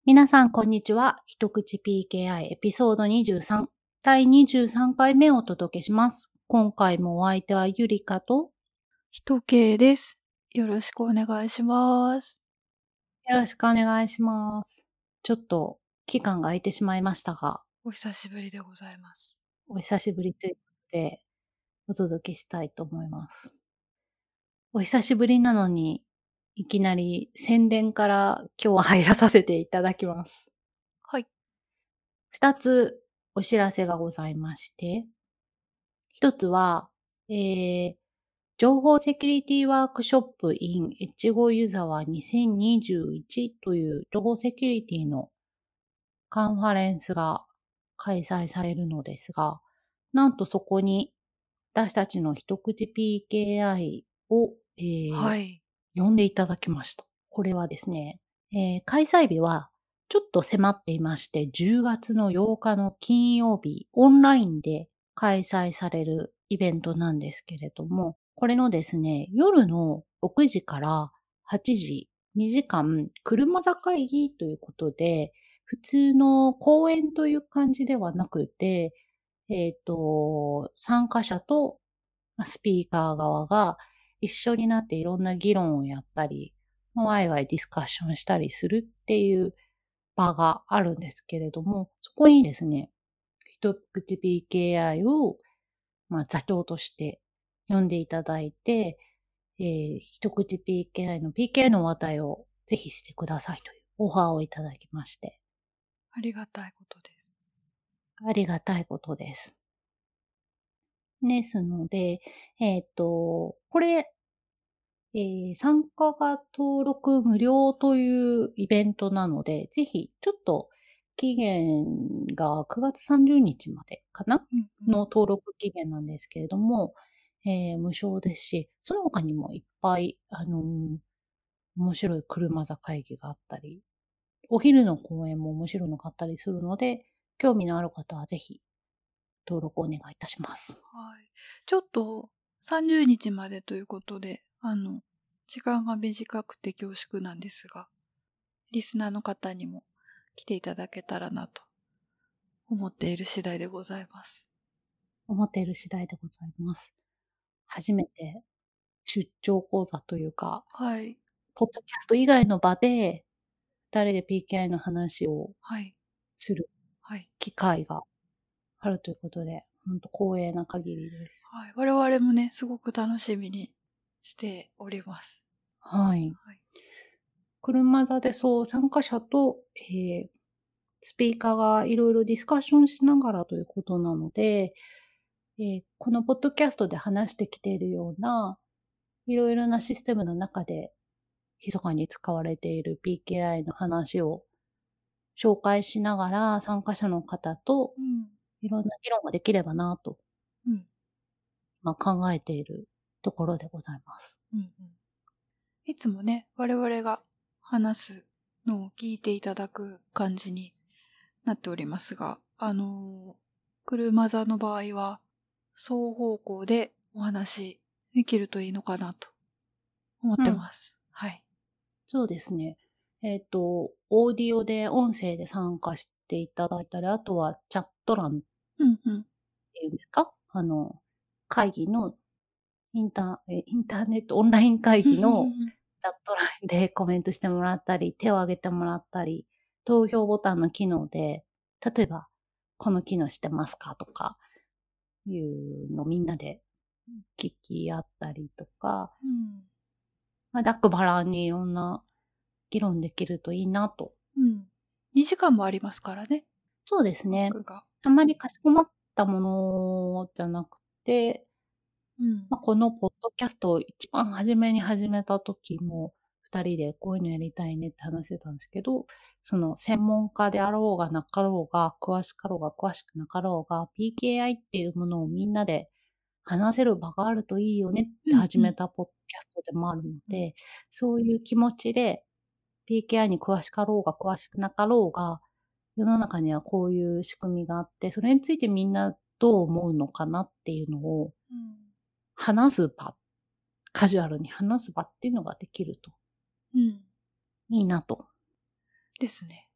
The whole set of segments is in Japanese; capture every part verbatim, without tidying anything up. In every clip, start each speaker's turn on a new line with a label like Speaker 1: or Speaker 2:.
Speaker 1: 皆さん、こんにちは。一口 ピーケーアイ エピソードにじゅうさん、だいにじゅうさんかいめをお届けします。今回もお相手はゆりかと、
Speaker 2: ひとけいです。よろしくお願いします。
Speaker 1: よろしくお願いします。ちょっと期間が空いてしまいましたが、
Speaker 2: お久しぶりでございます。
Speaker 1: お久しぶりということでお届けしたいと思います。お久しぶりなのに、いきなり宣伝から今日は入らさせていただきます。
Speaker 2: はい。
Speaker 1: 二つお知らせがございまして、一つは、えー、情報セキュリティワークショップ in 越後湯沢にせんにじゅういちという情報セキュリティのカンファレンスが開催されるのですが、なんとそこに私たちの一口 ピーケーアイ を、えー
Speaker 2: はい。
Speaker 1: 呼んでいただきました。これはですね、えー開催日はちょっと迫っていまして、じゅうがつのようかの金曜日、オンラインで開催されるイベントなんですけれども、これのですね、夜のろくじからはちじ、にじかん、車座会議ということで、普通の講演という感じではなくて、えっ、と、参加者とまあスピーカー側が一緒になっていろんな議論をやったり、まあワイワイディスカッションしたりするっていう場があるんですけれども、そこにですね、一口 ピーケーアイ を、まあ、座長として呼んでいただいて、えー一口 ピーケーアイ の ピーケーアイ の話題をぜひしてくださいというオファーをいただきまして、
Speaker 2: ありがたいことです。
Speaker 1: ありがたいことです。ですので、えっ、と、これ、えー参加が登録無料というイベントなので、ぜひ、ちょっと期限がくがつさんじゅうにちまでかな
Speaker 2: うんうん。
Speaker 1: の登録期限なんですけれども、えー無償ですし、その他にもいっぱい、あのー面白い車座会議があったり、お昼の公演も面白いのがあったりするので、興味のある方はぜひ登録お願いいたします。
Speaker 2: はい。ちょっとさんじゅうにちまでということで、あの、時間が短くて恐縮なんですが、リスナーの方にも来ていただけたらなと思っている次第でございます。
Speaker 1: 思っている次第でございます。初めて出張講座というか、
Speaker 2: はい。
Speaker 1: ポッドキャスト以外の場で、ふたりで ピーケーアイ の話を
Speaker 2: はい。
Speaker 1: する
Speaker 2: はい。
Speaker 1: 機会があるということで、ほんと光栄な限りです。
Speaker 2: はい。我々もね、すごく楽しみにしております。
Speaker 1: はい。
Speaker 2: はい。
Speaker 1: 車座でそう、参加者と、えースピーカーがいろいろディスカッションしながらということなので、えーこのポッドキャストで話してきているような、いろいろなシステムの中で密かに使われている ピーケーアイ の話を紹介しながら、参加者の方と
Speaker 2: うん。
Speaker 1: いろんな議論ができればなと、
Speaker 2: うん。
Speaker 1: まあ、考えているところでございます。
Speaker 2: うんうん。いつもね、我々が話すのを聞いていただく感じになっておりますが、あのー車座の場合は、双方向でお話できるといいのかなと思っ
Speaker 1: うん。
Speaker 2: てます。はい。
Speaker 1: そうですね。えっと、オーディオで音声で参加していただいたり、あとはチャット欄っ
Speaker 2: うんうん。
Speaker 1: ていうんですかあの、会議のインター、えインターネット、オンライン会議のチャット欄でコメントしてもらったり、手を挙げてもらったり、投票ボタンの機能で、例えば、この機能してますかとかいうのをみんなで聞き合ったりとか、
Speaker 2: うん。
Speaker 1: まあ、ざっくばらんにいろんな議論できるといいなと。
Speaker 2: うん。にじかんもありますからね、
Speaker 1: そうですね。
Speaker 2: 枠が。
Speaker 1: あまりかしこまったものじゃなくて、
Speaker 2: うん。
Speaker 1: まあ、このポッドキャストを一番初めに始めた時も、二人でこういうのやりたいねって話してたんですけど、その専門家であろうがなかろうが、詳しかろうが詳しくなかろうが、ピーケーアイ っていうものをみんなで話せる場があるといいよねって始
Speaker 2: うんうん。
Speaker 1: めたポッドキャストでもあるので、そういう気持ちで ピーケーアイ に詳しかろうが詳しくなかろうが、世の中にはこういう仕組みがあって、それについてみんなどう思うのかなっていうのを
Speaker 2: うん。
Speaker 1: 話す場、カジュアルに話す場っていうのができると
Speaker 2: うん。
Speaker 1: いいなと。
Speaker 2: ですね。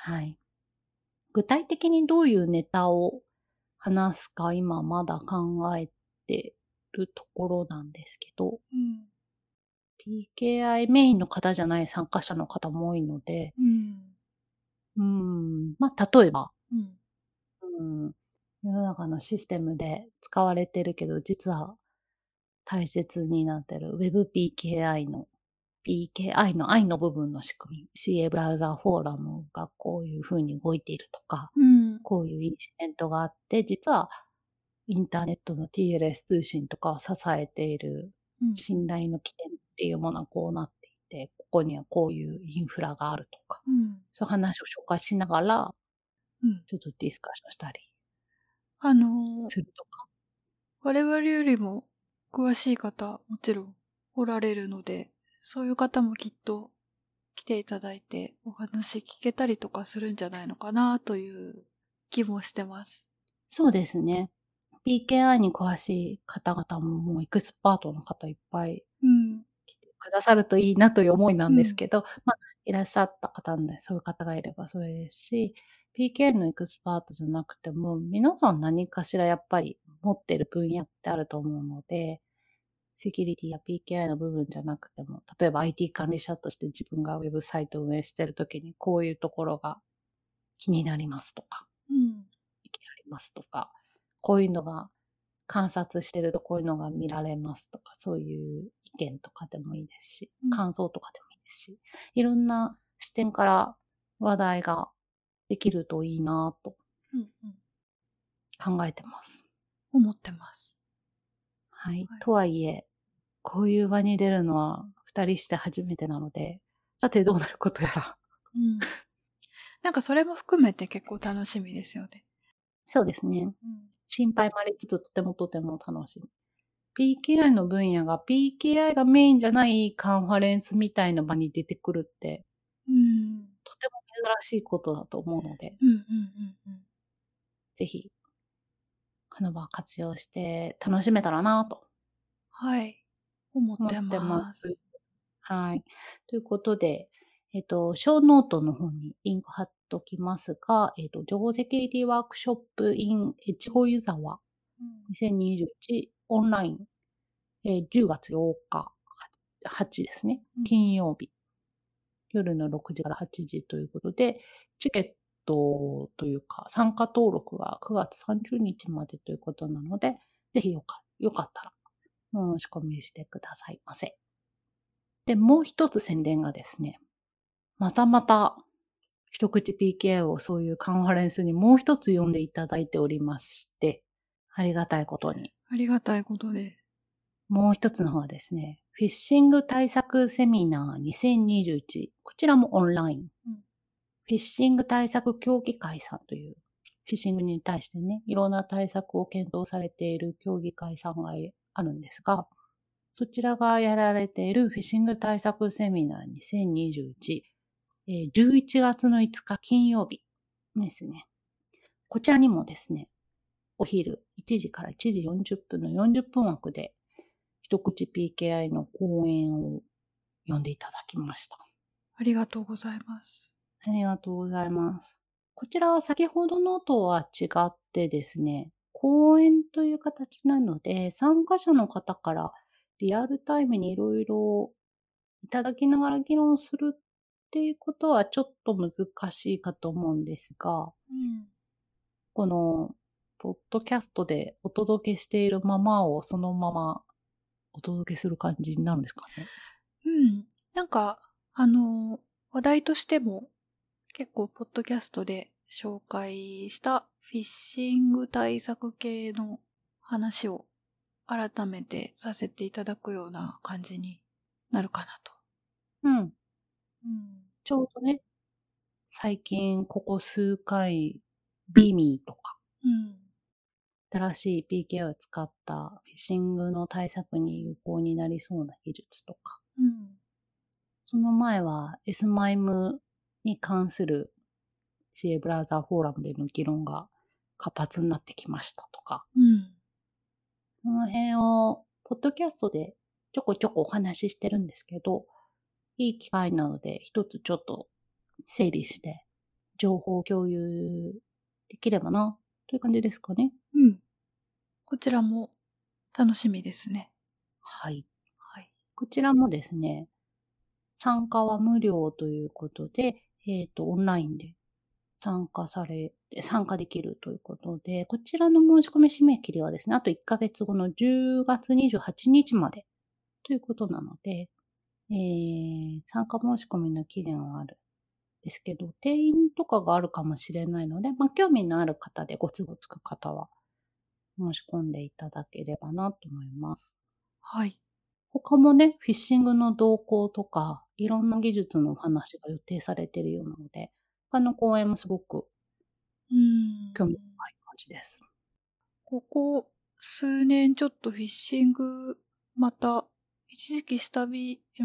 Speaker 1: はい。具体的にどういうネタを話すか、今まだ考えてるところなんですけど、
Speaker 2: うん。
Speaker 1: ピーケーアイ メインの方じゃない参加者の方も多いので、
Speaker 2: うん。
Speaker 1: うーん、まあ、例えば、
Speaker 2: うん。
Speaker 1: うん、世の中のシステムで使われてるけど、実は大切になってる WebPKI の ピーケーアイ の I の部分の仕組み、シーエー ブラウザーフォーラムがこういう風に動いているとか、
Speaker 2: うん。
Speaker 1: こういうインシデントがあって、実はインターネットの ティーエルエス 通信とかを支えている
Speaker 2: うん。
Speaker 1: 信頼の起点っていうものはこうなっていて、ここにはこういうインフラがあるとか、
Speaker 2: うん。
Speaker 1: そういう話を紹介しながら、
Speaker 2: うん。
Speaker 1: ちょっとディスカッションしたり
Speaker 2: あの、
Speaker 1: するとか。
Speaker 2: 我々よりも詳しい方、もちろんおられるので、そういう方もきっと来ていただいてお話聞けたりとかするんじゃないのかなという気もしてます。
Speaker 1: そうですね。ピーケーアイ に詳しい方々ももうエキスパートの方いっぱい
Speaker 2: うん。
Speaker 1: 来てくださるといいなという思いなんです
Speaker 2: うん。
Speaker 1: けど、まあ、いらっしゃった方なんで、そういう方がいればそれですし、ピーケーアイ のエキスパートじゃなくても、皆さん何かしらやっぱり持ってる分野ってあると思うので、セキュリティや ピーケーアイ の部分じゃなくても、例えば アイティー 管理者として自分がウェブサイトを運営してるときに、こういうところが気になりますとか、
Speaker 2: うん。
Speaker 1: 気になりますとか、こういうのが観察してるとこういうのが見られますとか、そういう意見とかでもいいですし、
Speaker 2: うん。
Speaker 1: 感想とかでもいいですし、いろんな視点から話題ができるといいなぁと
Speaker 2: うん。うん。
Speaker 1: 考えてます。
Speaker 2: 思ってます。
Speaker 1: はい。
Speaker 2: はい。
Speaker 1: とはいえ、こういう場に出るのは二人して初めてなので、さてどうなることやら。
Speaker 2: うん。なんかそれも含めて結構楽しみですよね。
Speaker 1: そうですね。
Speaker 2: うん。
Speaker 1: 心配もありつつ、とてもとても楽しみ。ピーケーアイ の分野が ピーケーアイ がメインじゃないカンファレンスみたいな場に出てくるって、
Speaker 2: うん。
Speaker 1: とても珍しいことだと思うので、
Speaker 2: うん。うん。うん。うん。
Speaker 1: ぜひ、この場を活用して楽しめたらなと
Speaker 2: はい。思って
Speaker 1: 思ってます。
Speaker 2: ます。
Speaker 1: はい。ということで、えっと、ショーノートの方にリンク貼っときますが、えっと、情報セキュリティワークショップ in 越後湯沢
Speaker 2: うん。
Speaker 1: にせんにじゅういちオンライン、えーじゅうがつようか、はちですね。
Speaker 2: うん。
Speaker 1: 金曜日。夜のろくじからはちじということで、チケットというか、参加登録はくがつさんじゅうにちまでということなので、ぜひよかよかったら、申し込みしてくださいませ。で、もう一つ宣伝がですね、またまた、一口 ピーケーアイ をそういうカンファレンスにもう一つ呼んでいただいておりまして、ありがたいことに。
Speaker 2: ありがたいことで。
Speaker 1: もう一つの方はですね、フィッシング対策セミナーにせんにじゅういち。こちらもオンライン。
Speaker 2: うん。
Speaker 1: フィッシング対策協議会さんという、フィッシングに対してね、いろんな対策を検討されている協議会さんがあるんですが、そちらがやられているフィッシング対策セミナーにせんにじゅういち、えーじゅういちがつのいつか金曜日ですね。こちらにもですね、お昼いちじからいちじよんじゅっぷんのよんじゅっぷん枠で、一口 ピーケーアイ の講演を読んでいただきました。
Speaker 2: ありがとうございます。
Speaker 1: ありがとうございます。こちらは先ほどのとは違ってですね、講演という形なので、参加者の方からリアルタイムにいろいろいただきながら議論するっていうことはちょっと難しいかと思うんですが、
Speaker 2: うん。
Speaker 1: この、ポッドキャストでお届けしているままをそのままお届けする感じになるんですかね。
Speaker 2: うん。なんか、あの、話題としても結構ポッドキャストで紹介したフィッシング対策系の話を改めてさせていただくような感じになるかなと。
Speaker 1: うん。
Speaker 2: うん。
Speaker 1: ちょうどね、最近ここ数回、ビミーとか、
Speaker 2: うん。
Speaker 1: 新しい ピーケーアイ を使ったフィッシングの対策に有効になりそうな技術とか、
Speaker 2: うん。
Speaker 1: その前は エスマイム に関する シーエー ブラウザーフォーラムでの議論が活発になってきましたとか、
Speaker 2: うん。
Speaker 1: その辺を、ポッドキャストでちょこちょこお話ししてるんですけど、いい機会なので、一つちょっと整理して、 情報共有できればな、という感じですかね。
Speaker 2: うん。こちらも楽しみですね。
Speaker 1: はい。
Speaker 2: はい。
Speaker 1: こちらもですね、参加は無料ということで、えっと、オンラインで参加され参加できるということで、こちらの申し込み締め切りはですね、あといっかげつごのじゅうがつにじゅうはちにちまでということなので、えー、参加申し込みの期限はあるんですけど、定員とかがあるかもしれないので、まあ、興味のある方でご都合つく方は申し込んでいただければなと思います。
Speaker 2: はい。
Speaker 1: 他もね、フィッシングの動向とか、いろんな技術のお話が予定されているようなので、他の講演もすごく
Speaker 2: うーん。
Speaker 1: 興味深い感じです。
Speaker 2: ここ数年ちょっとフィッシング、また、一時期下火、うん、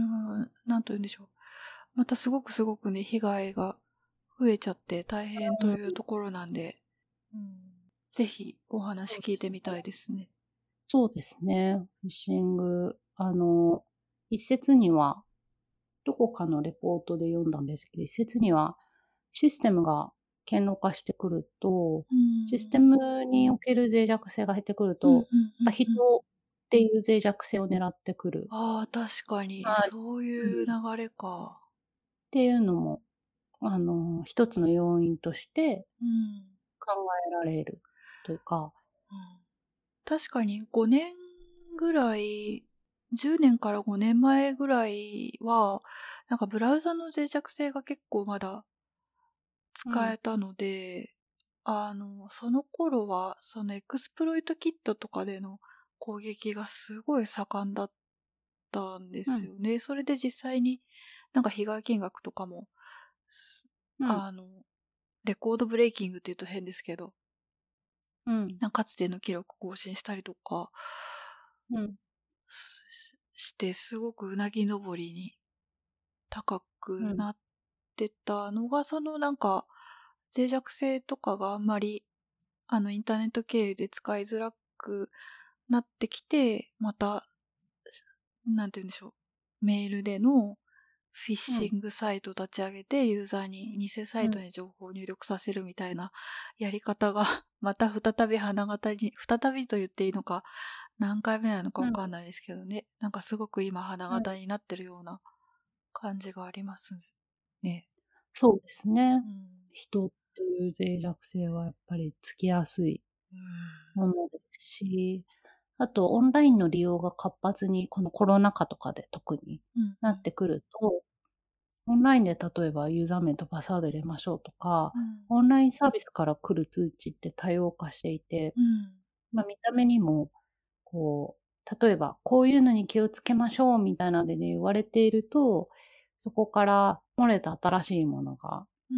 Speaker 2: なんと言うんでしょう。またすごくすごくね、被害が増えちゃって大変と
Speaker 1: うん、
Speaker 2: いうところなんで、うん、ぜひお話
Speaker 1: そうですね。
Speaker 2: 聞いてみたいですね。
Speaker 1: そうですね。フィッシング、あの、一説には、どこかのレポートで読んだんですけど、一説には、システムが堅牢化してくると、
Speaker 2: うーん。
Speaker 1: システムにおける脆弱性が減ってくると、
Speaker 2: うんうんう
Speaker 1: ま、
Speaker 2: んうん。
Speaker 1: 人っていう脆弱性を狙ってくる。
Speaker 2: ああ、確かに、
Speaker 1: はい。
Speaker 2: そう
Speaker 1: うん。
Speaker 2: いう流れか。
Speaker 1: っていうのも、あの、一つの要因として
Speaker 2: うん。
Speaker 1: 考えられるというか、
Speaker 2: うん。確かにごねんぐらい、じゅうねんからごねんまえぐらいは、なんかブラウザの脆弱性が結構まだ
Speaker 1: うん、
Speaker 2: 使えたので、あの、その頃は、そのエクスプロイトキットとかでの攻撃がすごい盛んだったんで
Speaker 1: うん、
Speaker 2: すよね。それで実際になんか被害金額とかも、す
Speaker 1: うん、
Speaker 2: あの、レコードブレイキングって言うと変ですけど、
Speaker 1: うん、
Speaker 2: なんかかつての記録更新したりとか
Speaker 1: うん、
Speaker 2: しして、すごくうなぎ登りに高
Speaker 1: うん、
Speaker 2: くなってたのが、そのなんか、脆弱性とかがあんまり、あの、インターネット経由で使いづらくなってきて、また、なんて言うんでしょう。メールでのフィッ
Speaker 1: うん、
Speaker 2: シングサイト立ち上げて、ユーザーに偽サイ
Speaker 1: うん、
Speaker 2: トに情報を入力させるみたいなやり方が、また再び花形に、再びと言っていいのか、何回目なのか
Speaker 1: うん、
Speaker 2: わかんないですけどね。なんかすごく今花
Speaker 1: うん。
Speaker 2: 形になってるような感じがありますね。
Speaker 1: そうですね。
Speaker 2: うん。
Speaker 1: 人っていう脆弱性はやっぱりつきやすい
Speaker 2: うん。
Speaker 1: ものですし、あとオンラインの利用が活発に、このコロナ禍とかで特に
Speaker 2: うんうん。
Speaker 1: なってくると、オンラインで例えばユーザー名とパスワード入れましょうとか、
Speaker 2: うん。
Speaker 1: オンラインサービスから来る通知って多様化していて、
Speaker 2: うん。
Speaker 1: ま、見た目にも、こう、例えばこういうのに気をつけましょうみたいなんでね、言われていると、そこから漏れた新しいものが
Speaker 2: うん。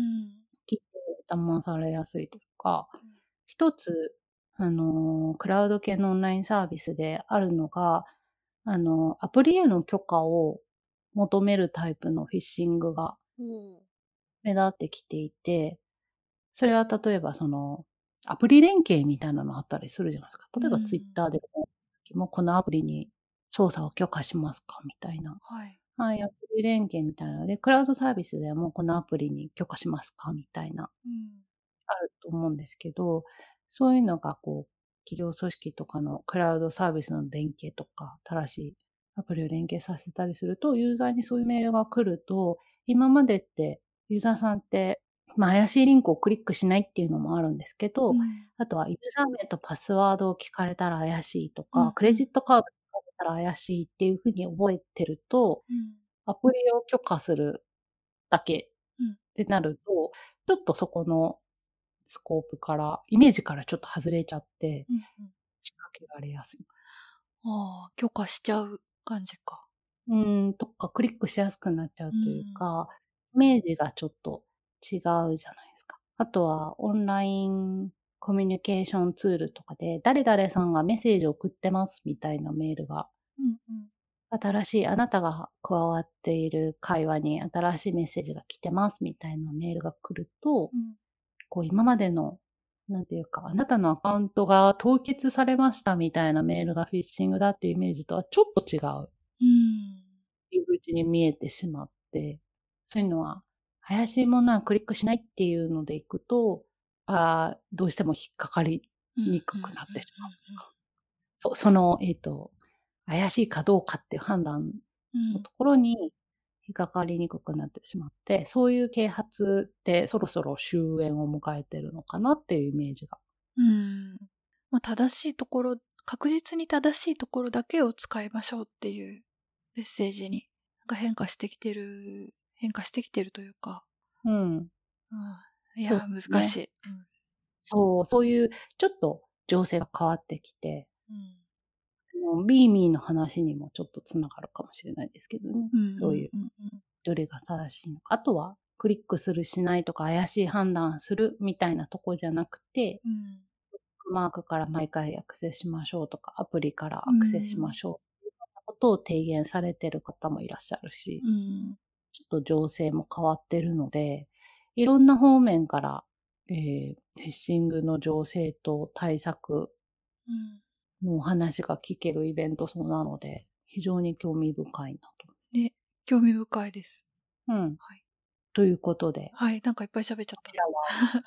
Speaker 1: きて騙されやすいというか、一つ、あの、クラウド系のオンラインサービスであるのが、あの、アプリへの許可を求めるタイプのフィッシングが
Speaker 2: おお。
Speaker 1: 目立ってきていて、それは例えばその、アプリ連携みたいなのあったりするじゃないですか。
Speaker 2: う
Speaker 1: 例えばツイッ
Speaker 2: ん。
Speaker 1: ターでも、もうこのアプリに操作を許可しますかみたいな。
Speaker 2: はい。
Speaker 1: はい、アプリ連携みたいなので、クラウドサービスでもこのアプリに許可しますかみたいな、
Speaker 2: うん。
Speaker 1: あると思うんですけど、そういうのがこう、企業組織とかのクラウドサービスの連携とか、新しいアプリを連携させたりすると、ユーザーにそういうメールが来ると、今までってユーザーさんって、まあ、怪しいリンクをクリックしないっていうのもあるんですけど、
Speaker 2: うん。
Speaker 1: あとはユーザー名とパスワードを聞かれたら怪しいとか、クレ
Speaker 2: うんうん。
Speaker 1: ジットカード聞かれたら怪しいっていう風に覚えてると、
Speaker 2: うん。
Speaker 1: アプリを許可するだけ
Speaker 2: うん。
Speaker 1: ってなると、ちょっとそこのスコープから、イメージからちょっと外れちゃって、
Speaker 2: うんうん。
Speaker 1: 仕掛けられやすい。
Speaker 2: ああ、許可しちゃう感じか。
Speaker 1: うーん、とか、クリックしやすくなっちゃう
Speaker 2: う
Speaker 1: という
Speaker 2: ん。
Speaker 1: か、イメージがちょっと違うじゃないですか。あとはオンラインコミュニケーションツールとかで、誰々さんがメッセージを送ってますみたいなメールが、
Speaker 2: うんうん。
Speaker 1: 新しいあなたが加わっている会話に新しいメッセージが来てますみたいなメールが来ると、
Speaker 2: うん。
Speaker 1: こう今までの、なんていうか、あなたのアカウントが凍結されましたみたいなメールがフィッシングだっていうイメージとはちょっと違う
Speaker 2: うん。
Speaker 1: 入り口に見えてしまって、そういうのは怪しいものはクリックしないっていうのでいくと、ああ、どうしても引っかかりにくくなってしまうとか。そう、その、えっと、怪しいかどうかっていう判断のところに引っかかりにくくなってしまって、そういう啓発ってそろそろ終焉を迎えてるのかなっていうイメージが。
Speaker 2: うん。まあ、正しいところ、確実に正しいところだけを使いましょうっていうメッセージになんか変化してきてる、変化してきてるというか。
Speaker 1: うん。
Speaker 2: うん、い
Speaker 1: そう
Speaker 2: や、
Speaker 1: ですね。
Speaker 2: 難しい。うん
Speaker 1: そう、そういうちょっと情勢が変わってきて、
Speaker 2: うん
Speaker 1: あの、ビーミーの話にもちょっとつながるかもしれないですけどね。
Speaker 2: うん
Speaker 1: そういう、
Speaker 2: うんうん
Speaker 1: どれが正しいのか。あとは、クリックするしないとか怪しい判断するみたいなとこじゃなくて、
Speaker 2: うん
Speaker 1: マークから毎回アクセスしましょうとか、アプリから
Speaker 2: う
Speaker 1: アクセスしま
Speaker 2: ん
Speaker 1: しょうっていうようなことを提言されてる方もいらっしゃるし、
Speaker 2: うん
Speaker 1: ちょっと情勢も変わってるので、いろんな方面から、えー、フィッシングの情勢と対策
Speaker 2: うん
Speaker 1: のお話が聞けるイベントそうなので、非常に興味深いなと。
Speaker 2: ね、興味深いです。
Speaker 1: うん。
Speaker 2: はい。
Speaker 1: ということで、
Speaker 2: はい、なんかいっぱい喋っちゃった。
Speaker 1: こちらは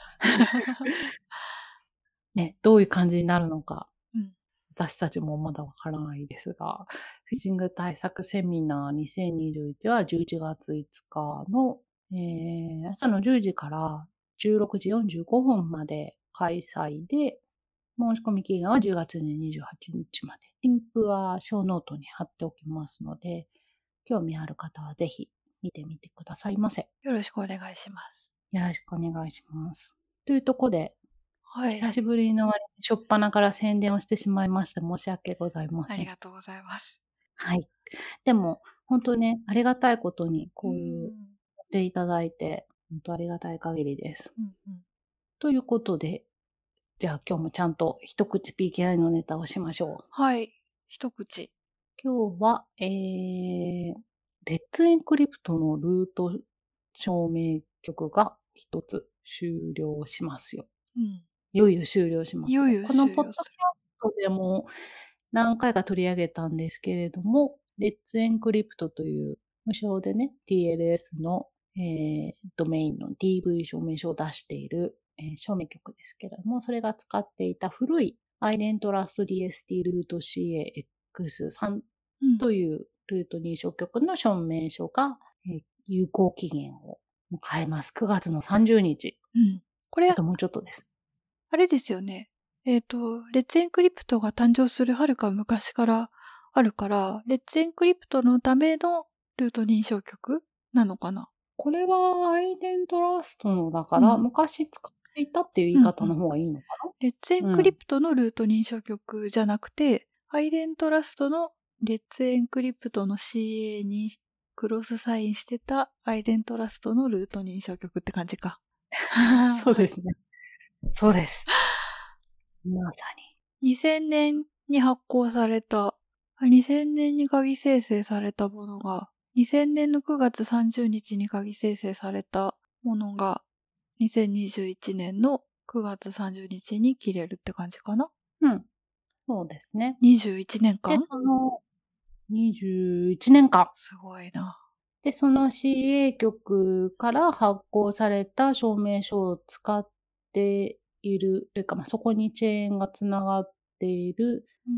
Speaker 1: ね、どういう感じになるのか、
Speaker 2: うん
Speaker 1: 私たちもまだわからないですが、フィッシング対策セミナーにせんにじゅういちはじゅういちがついつかの、えー、朝のじゅうじからじゅうろくじよんじゅうごふんまで開催で、申し込み期限はじゅうがつにじゅうはちにちまで。リンクは小ノートに貼っておきますので、興味ある方はぜひ見てみてくださいませ。
Speaker 2: よろしくお願いします。
Speaker 1: よろしくお願いします。というところで、
Speaker 2: はい。
Speaker 1: 久しぶりの割にしょっぱなから宣伝をしてしまいまして申し訳ございま
Speaker 2: あ
Speaker 1: せん。
Speaker 2: りがとうございます。
Speaker 1: はい。でも、本当ね、ありがたいことに、こういう、
Speaker 2: うん
Speaker 1: やっていただいて、本当ありがたい限りです。
Speaker 2: うんうん
Speaker 1: ということで、じゃあ今日もちゃんと一口 ピーケーアイ のネタをしましょう。
Speaker 2: はい。一口。
Speaker 1: 今日は、えー、レッツエンクリプトのルート証明曲が一つ終了しますよ。
Speaker 2: うん。
Speaker 1: いよいよ終了しますよ。
Speaker 2: いよいよ
Speaker 1: このポッドキャ
Speaker 2: 終了する。
Speaker 1: ストでも何回か取り上げたんですけれども、レッツエンクリプトという無償でね、ティーエルエス の、えー、ドメインの ディーブイ 証明書を出している、えー、証明曲ですけれども、それが使っていた古い iDentrust ディーエスティー ルート シーエーエックススリー
Speaker 2: うん。
Speaker 1: というルート認証局の証明書が、えー有効期限を迎えます。くがつのさんじゅうにち。
Speaker 2: うん。これ
Speaker 1: あ、ともうちょっとです。
Speaker 2: あれですよね。えっと、レッツエンクリプトが誕生するはるか昔からあるから、レッツエンクリプトのためのルート認証曲なのかな。
Speaker 1: これはアイデントラストのだから、
Speaker 2: うん。
Speaker 1: 昔使っていたっていう言い方の方がいいのか
Speaker 2: レッツエンクリプトのルート認証曲じゃなくて、アイデントラストのレッツエンクリプトの シーエー にクロスサインしてたアイデントラストのルート認証曲って感じか。
Speaker 1: なそうですね。そうです。まさに。
Speaker 2: にせんねんに発行された、にせんねんに鍵生成されたものが、にせんねんのくがつさんじゅうにちに鍵生成されたものが、にせんにじゅういちねんのくがつさんじゅうにちに切れるって感じかな。
Speaker 1: うん。そうですね。
Speaker 2: にじゅういちねんか
Speaker 1: で、
Speaker 2: ん
Speaker 1: そのにじゅういちねんかん。
Speaker 2: すごいな。
Speaker 1: で、その シーエー 局から発行された証明書を使っている、というか、まあ、そこにチェーンがつながっている、
Speaker 2: うん。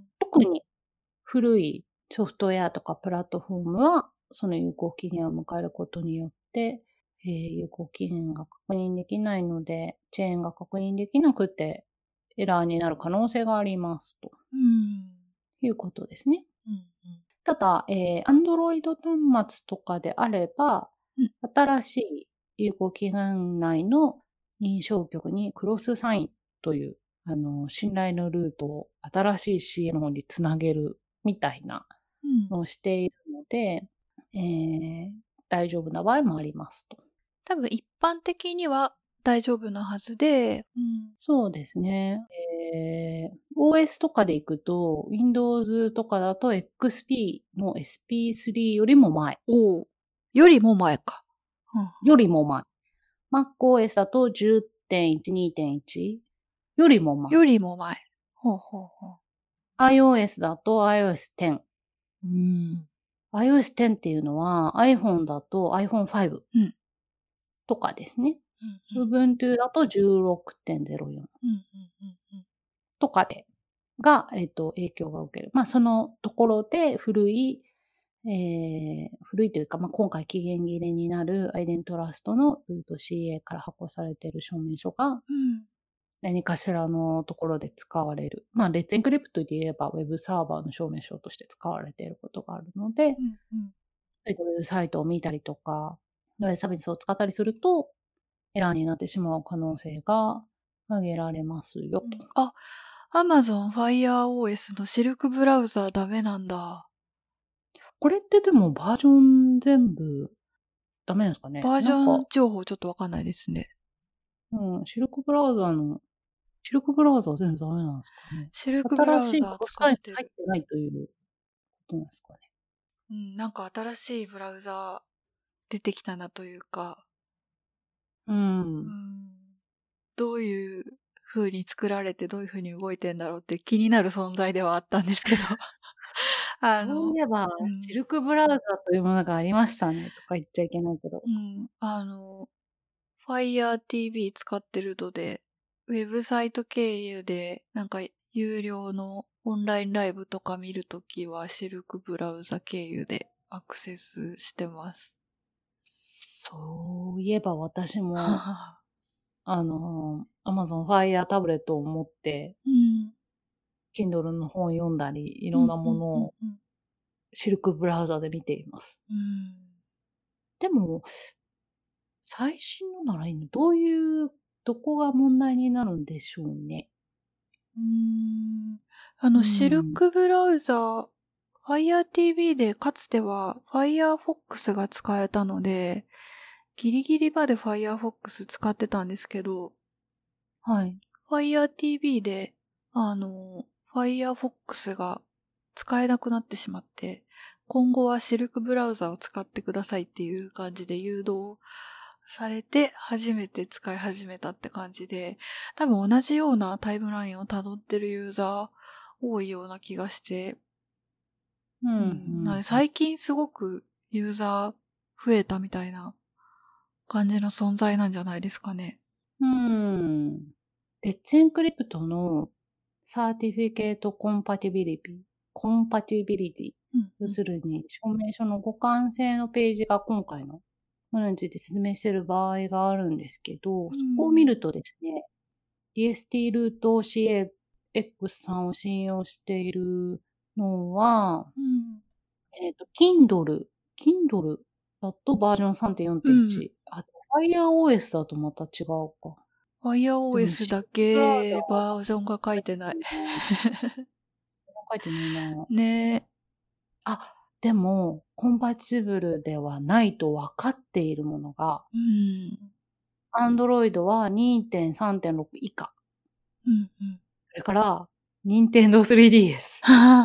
Speaker 1: 特に古いソフトウェアとかプラットフォームは、その有効期限を迎えることによって、えー有効期限が確認できないので、チェーンが確認できなくて、エラーになる可能性がありますと
Speaker 2: うん。
Speaker 1: いうことですね。
Speaker 2: うん。
Speaker 1: ただ、えー、Android 端末とかであれば、
Speaker 2: うん
Speaker 1: 新しい有効期限内の認証局にクロスサインという、あの、信頼のルートを新しい シーエー の方につなげるみたいな
Speaker 2: うん。
Speaker 1: のをしているので、えー、大丈夫な場合もありますと。
Speaker 2: 多分一般的には大丈夫なはずで、うん。
Speaker 1: そうですね。えー、オーエス とかでいくと、Windows とかだと エックスピー の エスピースリー よりも前。
Speaker 2: おうよりも前か。うん。
Speaker 1: よりも前。MacOS だと じゅってんいちにてんいち よりも前。
Speaker 2: よりも前。ほうほうほう。
Speaker 1: iOS だと アイオーエステン。
Speaker 2: うん。
Speaker 1: アイオーエステン っていうのは iPhone だと アイフォンファイブ。
Speaker 2: うん
Speaker 1: とかですね。
Speaker 2: うんうん。
Speaker 1: Ubuntu だと じゅうろくてんゼロよん
Speaker 2: うんうんうんうん。
Speaker 1: とかでが、えっと、影響が受ける。まあ、そのところで古い、えー古いというか、まあ、今回期限切れになるアイデントラストのルート シーエー から発行されている証明書が、
Speaker 2: うん
Speaker 1: 何かしらのところで使われる。まあ、レッツエンクリプトで言えば、ウェブサーバーの証明書として使われていることがあるので、
Speaker 2: うんうん。
Speaker 1: ウェブサイトを見たりとか、ウェブサービスを使ったりすると、エラーになってしまう可能性が挙げられますよと。
Speaker 2: うん。あ、Amazon FireOS のシルクブラウザーダメなんだ。
Speaker 1: これってでもバージョン全部ダメなんですかね？
Speaker 2: バージョン
Speaker 1: なんか、
Speaker 2: 情報ちょっとわかんないですね。
Speaker 1: うん、シルクブラウザのシルクブラウザ全部ダメなんですかね？
Speaker 2: シルクブ
Speaker 1: 新しい
Speaker 2: ラウザー
Speaker 1: クロスサイト
Speaker 2: 使ってる。
Speaker 1: 入ってないということなんですかね？
Speaker 2: うん、なんか新しいブラウザー出てきたなというか、
Speaker 1: う
Speaker 2: う
Speaker 1: ん。
Speaker 2: ん、どういう風に作られてどういう風に動いてんだろうって気になる存在ではあったんですけど。あの、
Speaker 1: そういえば、
Speaker 2: うん、
Speaker 1: シルクブラウザというものがありましたねとか言っちゃいけないけど。
Speaker 2: うん、あの、FireTV 使ってるので、ウェブサイト経由で、なんか有料のオンラインライブとか見るときはシルクブラウザ経由でアクセスしてます。
Speaker 1: そういえば私も、あの、Amazon Fire タブレットを持って、
Speaker 2: うん、
Speaker 1: Kindle の本読んだり、い
Speaker 2: うん、
Speaker 1: ろんな
Speaker 2: うん、うん、
Speaker 1: ものを
Speaker 2: うん。
Speaker 1: シルクブラウザで見ています。
Speaker 2: うん。
Speaker 1: でも、最新のならいいの？どういう、どこが問題になるんでしょうね。
Speaker 2: うーん。あ
Speaker 1: う
Speaker 2: の、シル
Speaker 1: ん。
Speaker 2: クブラウザ、FireTV でかつては Firefox が使えたので、ギリギリまで Firefox 使ってたんですけど、
Speaker 1: はい。
Speaker 2: FireTV で、あの、Firefox が使えなくなってしまって、今後はシルクブラウザを使ってくださいっていう感じで誘導されて初めて使い始めたって感じで、多分同じようなタイムラインを辿ってるユーザー多いような気がして、
Speaker 1: うん、う
Speaker 2: うん、なので
Speaker 1: ん。
Speaker 2: 最近すごくユーザー増えたみたいな感じの存在なんじゃないですかね。
Speaker 1: うん。レッツエンクリプトのサーティフィケートコンパティビリティ、コンパティビリティ。
Speaker 2: うんうん。
Speaker 1: 要するに、証明書の互換性のページが今回のものについて説明している場合があるんですけど、
Speaker 2: う
Speaker 1: そこを見
Speaker 2: ん。
Speaker 1: るとですね、ディーエスティー ルート シーエーエックス さんを信用しているのは、
Speaker 2: うん。
Speaker 1: えっと、Kindle、Kindle だとバージョン
Speaker 2: うん。
Speaker 1: さんてんよんてんいち。あ、FireOS だとまた違うか。でも、
Speaker 2: iOS
Speaker 1: シル
Speaker 2: だ
Speaker 1: クブラウザ
Speaker 2: け
Speaker 1: は
Speaker 2: バージョンが書いてない。
Speaker 1: 書いてないな。
Speaker 2: ねえ。
Speaker 1: あ、でも、コンパチブルではないと分かっているものが、
Speaker 2: うん。
Speaker 1: Android は にてんさんてんろく 以下。
Speaker 2: うんうん。
Speaker 1: それから、Nintendo スリーディーエス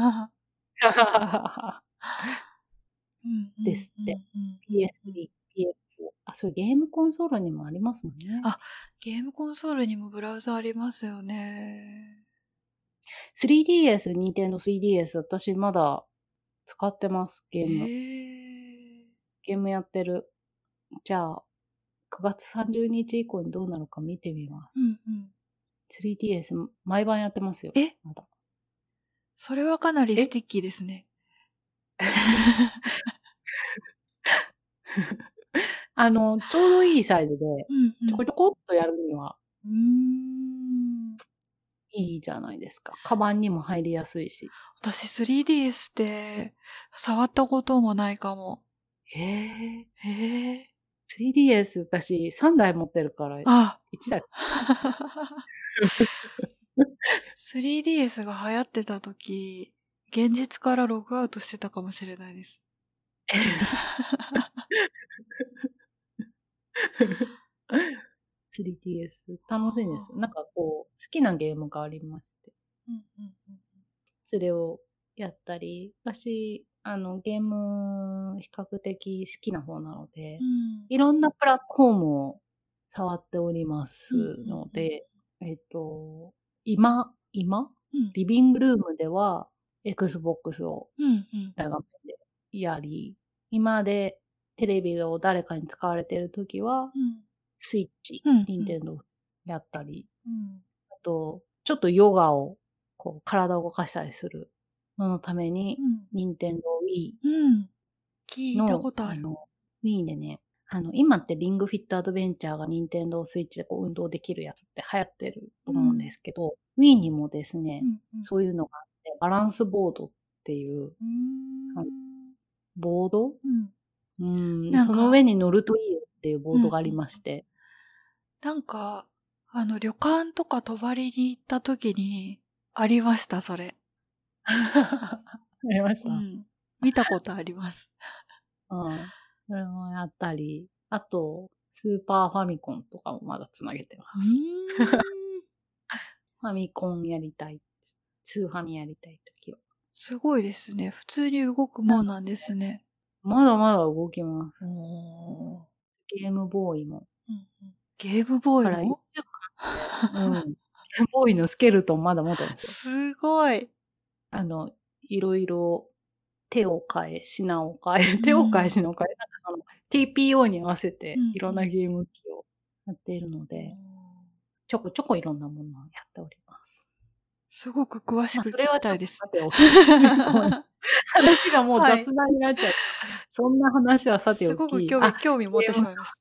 Speaker 2: うんう
Speaker 1: ですって。
Speaker 2: んうんうんうんうん。
Speaker 1: ピーエススリー、ピーエスフォー。あ、そう、ゲームコンソールにもありますもんね。
Speaker 2: あ、ゲームコンソールにもブラウザありますよね。
Speaker 1: スリーディーエス、Nintendo スリーディーエス、私まだ使ってます、ゲーム。
Speaker 2: へえ。
Speaker 1: ゲームやってる。じゃあ、くがつさんじゅうにち以降にどうなるか見てみます。
Speaker 2: うんうん。
Speaker 1: スリーディーエス、毎晩やってますよ、
Speaker 2: え、
Speaker 1: まだ。
Speaker 2: それはかなりス
Speaker 1: え？
Speaker 2: ティッキーですね。
Speaker 1: あの、ちょうどいいサイズで、
Speaker 2: うんうん。
Speaker 1: ちょこちょこっとやるには
Speaker 2: うーん。
Speaker 1: いいじゃないですか。カバンにも入りやすいし。
Speaker 2: 私 スリーディーエス って触ったこともないかも。
Speaker 1: へえ。
Speaker 2: へえ。
Speaker 1: スリーディーエス 私さんだい持ってるから、
Speaker 2: あ。
Speaker 1: いちだい
Speaker 2: スリーディーエス が流行ってた時、現実からログアウトしてたかもしれないです。
Speaker 1: スリーディーエス 楽しいんですよ。なんかこう、好きなゲームがありまして、
Speaker 2: うんうんうん。
Speaker 1: それをやったり、私、あの、ゲーム比較的好きな方なので、
Speaker 2: うん。
Speaker 1: いろんなプラットフォームを触っておりま
Speaker 2: うんう
Speaker 1: す
Speaker 2: んうん。
Speaker 1: ので、えっと、今今
Speaker 2: うん。
Speaker 1: リビングルームでは Xbox を
Speaker 2: うんうん。
Speaker 1: 大画面でやり、今でテレビを誰かに使われているときは、
Speaker 2: うん。
Speaker 1: スイッチ、
Speaker 2: うん、うん。
Speaker 1: 任天堂やったり、
Speaker 2: うん。
Speaker 1: あと、ちょっとヨガを、こう、体を動かしたりするののために、
Speaker 2: うん。
Speaker 1: 任天堂 Wii
Speaker 2: うん。聞いた
Speaker 1: の、
Speaker 2: ことある。
Speaker 1: あの、Wii でね、あの、今ってリングフィットアドベンチャーが任天堂スイッチでこう運動できるやつって流行ってると思うんですけど、Wii にもです
Speaker 2: う
Speaker 1: ね、
Speaker 2: ん、うん。
Speaker 1: そういうのがあって、バランスボードっていう、
Speaker 2: うー
Speaker 1: あの
Speaker 2: ん。
Speaker 1: ボード
Speaker 2: うん。
Speaker 1: うーん、その
Speaker 2: なんか
Speaker 1: 上に乗るといいよっていうボードがありまして。
Speaker 2: なんか、あの、旅館とか泊まりに行った時に、ありました、それ。
Speaker 1: ありました？
Speaker 2: うん。見たことあります。
Speaker 1: うん。それもやったり、あと、スーパーファミコンとかもまだ繋げてま
Speaker 2: うー
Speaker 1: す。
Speaker 2: ん。
Speaker 1: ファミコンやりたい、スーファミやりたい時は。
Speaker 2: すごいですね。普通に動くもんなんですね。
Speaker 1: まだまだ動きます。
Speaker 2: おー。
Speaker 1: ゲームボーイも。
Speaker 2: うんうん、ゲームボー
Speaker 1: から1
Speaker 2: イも
Speaker 1: 週間で、うん。ゲームボーイのスケルトンまだ持ってますよ。
Speaker 2: すごい。
Speaker 1: あの、いろいろ手を変え、品を変え、
Speaker 2: う
Speaker 1: 手を変え、
Speaker 2: ん。
Speaker 1: 品を変え、なんかその ティーピーオー に合わせて
Speaker 2: うんうん。
Speaker 1: いろんなゲーム機をやっているの
Speaker 2: おー。
Speaker 1: で、ちょこちょこいろんなものをやっております。
Speaker 2: すごく詳し
Speaker 1: ま、
Speaker 2: く聞
Speaker 1: それはちょっと
Speaker 2: きたいです。
Speaker 1: さておき。ごめん。話がもう
Speaker 2: はい。
Speaker 1: 雑談になっちゃう。そんな話はさて
Speaker 2: す
Speaker 1: おき、
Speaker 2: ごく興味
Speaker 1: あ、
Speaker 2: 興味持って
Speaker 1: ゲーム
Speaker 2: しまいました。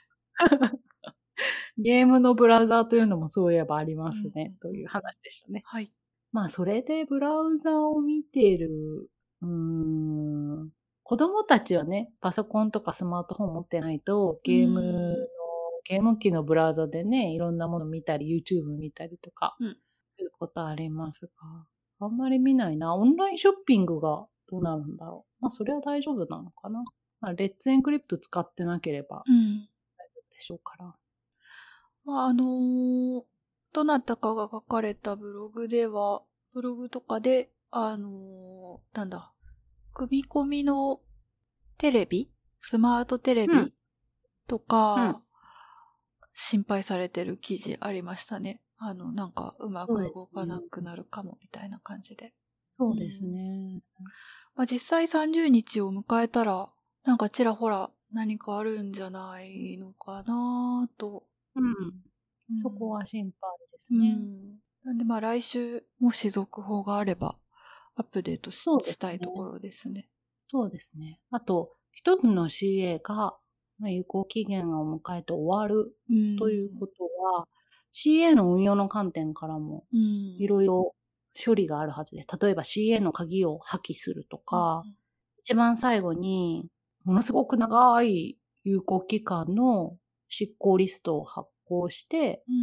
Speaker 1: ゲームのブラウザーというのもそういえばあり
Speaker 2: うんうん
Speaker 1: ますね、と
Speaker 2: うん。
Speaker 1: いう話でしたね。
Speaker 2: はい。
Speaker 1: まあ、それでブラウザを見てる、うーん、子供たちはね、パソコンとかスマートフォン持ってないと、
Speaker 2: う
Speaker 1: ゲームの
Speaker 2: ーん。
Speaker 1: ゲーム機のブラウザでね、いろんなもの見たり、YouTube 見たりとか
Speaker 2: うん。
Speaker 1: することありますが、あんまり見ないな。オンラインショッピングがどうなるんだろう。ま、それは大丈夫なのかな。ま、レッツエンクリプト使ってなければ
Speaker 2: うん。
Speaker 1: 大丈夫でしょうから。
Speaker 2: まあ、あの、どなたかが書かれたブログではブログとかで、あの、なんだ、組み込みのテレビスマートテレ
Speaker 1: うん。
Speaker 2: ビと
Speaker 1: うん。
Speaker 2: か、心配されてる記事ありましたね。あの、なんか、うま
Speaker 1: そう
Speaker 2: く
Speaker 1: ですね。
Speaker 2: 動かなくなるかもみたいな感じで。
Speaker 1: そうです
Speaker 2: うん。
Speaker 1: ね。
Speaker 2: ま、実際さんじゅうにちを迎えたら、なんかちらほら何かあるんじゃないのかなと。
Speaker 1: うん。
Speaker 2: うん。
Speaker 1: そこは心配です
Speaker 2: う
Speaker 1: ね。
Speaker 2: ん。なんで、ま、来週、もし続報があれば、アップデートし
Speaker 1: そうです
Speaker 2: したいとこ
Speaker 1: ね。
Speaker 2: ろですね。
Speaker 1: そうですね。あと、一つの シーエー が、ま、有効期限を迎えて終わる
Speaker 2: う
Speaker 1: という
Speaker 2: ん。
Speaker 1: ことは、シーエー の運用の観点からも、
Speaker 2: うん。
Speaker 1: いろいろ処理があるはずで、例えば シーエー の鍵を破棄すると
Speaker 2: うん
Speaker 1: か、
Speaker 2: うん。
Speaker 1: 一番最後に、ものすごく長い有効期間の執行リストを発行して
Speaker 2: うん。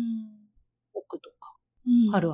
Speaker 1: おくとか、
Speaker 2: うん。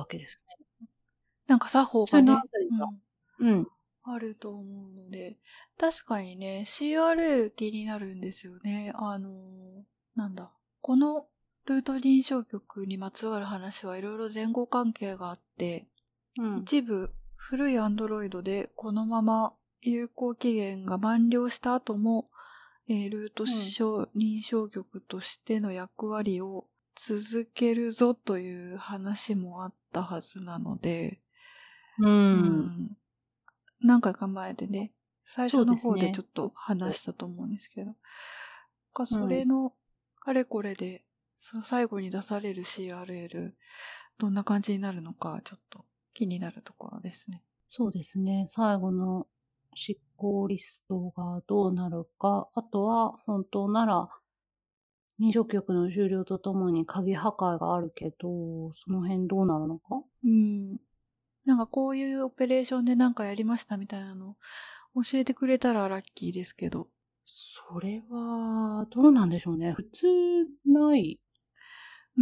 Speaker 1: あるわけですね。
Speaker 2: なんか作法
Speaker 1: それのあ
Speaker 2: がね、
Speaker 1: たりが
Speaker 2: うん。
Speaker 1: うん。
Speaker 2: あると思うので、確かにね、シーアールエル 気になるんですよね。あの、なんだ、このルート認証局にまつわる話はいろいろ前後関係があって、
Speaker 1: うん。
Speaker 2: 一部古い Android でこのまま有効期限が満了した後も、えールート
Speaker 1: うん。
Speaker 2: 証認証局としての役割を続けるぞという話もあったはずなので、
Speaker 1: う
Speaker 2: う
Speaker 1: ーん。
Speaker 2: ん、何回か前でね、最
Speaker 1: そう
Speaker 2: 初の
Speaker 1: ですね。
Speaker 2: 方でちょっと話したと思うんですけど、かそ
Speaker 1: うん。
Speaker 2: れのあれこれで、その最後に出される シーアールエル、どんな感じになるのか、ちょっと気になるところですね。
Speaker 1: そうですね。最後の執行リストがどうなるか、あとは本当なら、認証局の終了とともに鍵破壊があるけど、その辺どうなるのか？
Speaker 2: うん。なんかこういうオペレーションでなんかやりましたみたいなの教えてくれたらラッキーですけど。
Speaker 1: それは、どうなんでしょうね。普通ない
Speaker 2: うん。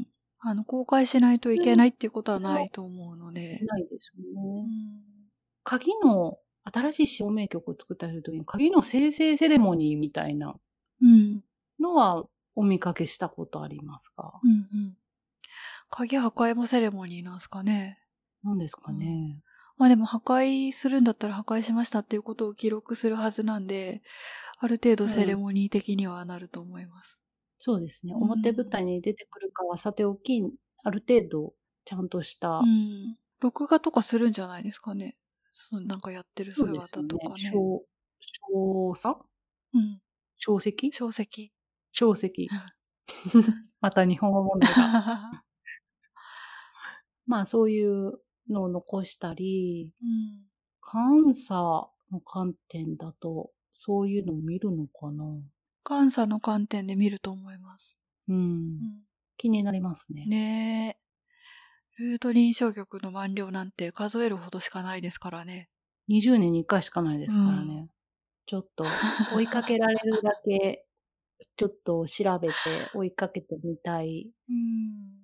Speaker 2: あの、公開しないといけ
Speaker 1: 普通
Speaker 2: ないっていうことはな
Speaker 1: は
Speaker 2: いと思うので。
Speaker 1: ないですよね。
Speaker 2: うん。
Speaker 1: 鍵の新しい証明曲を作ったりする時に、鍵の生成セレモニーみたいな
Speaker 2: うん。
Speaker 1: のはお見かけしたことありますが、
Speaker 2: うんうん。鍵破壊もセレモニーなんすかね。
Speaker 1: なんですか
Speaker 2: うん。
Speaker 1: ね。
Speaker 2: まあでも破壊するんだったら破壊しましたっていうことを記録するはずなんで、ある程度セレ
Speaker 1: うん。
Speaker 2: モニー的にはなると思います。
Speaker 1: そうですね。
Speaker 2: う
Speaker 1: 表舞
Speaker 2: ん。
Speaker 1: 台に出てくるかはさておき、ある程度ちゃんとし
Speaker 2: う
Speaker 1: た、
Speaker 2: ん。録画とかするんじゃないですかね。そのなんかやってる
Speaker 1: そうです
Speaker 2: 姿
Speaker 1: よね。
Speaker 2: とかね。
Speaker 1: しょう小さ
Speaker 2: うん。
Speaker 1: 小石
Speaker 2: 小石。
Speaker 1: 小石。 また日本語問題が。まあ、そういうのを残したり、
Speaker 2: うん。
Speaker 1: 監査の観点だと、そういうのを見るのかな。
Speaker 2: 監査の観点で見ると思います。
Speaker 1: う。
Speaker 2: うんん。
Speaker 1: 気になりますね。
Speaker 2: ねえ。ルート認証局の満了なんて数えるほどしかないですからね。
Speaker 1: にじゅうねんにいっかいしかないですから
Speaker 2: うん。
Speaker 1: ね。ちょっと追いかけられるだけ、ちょっと調べて追いかけてみたい。
Speaker 2: うん。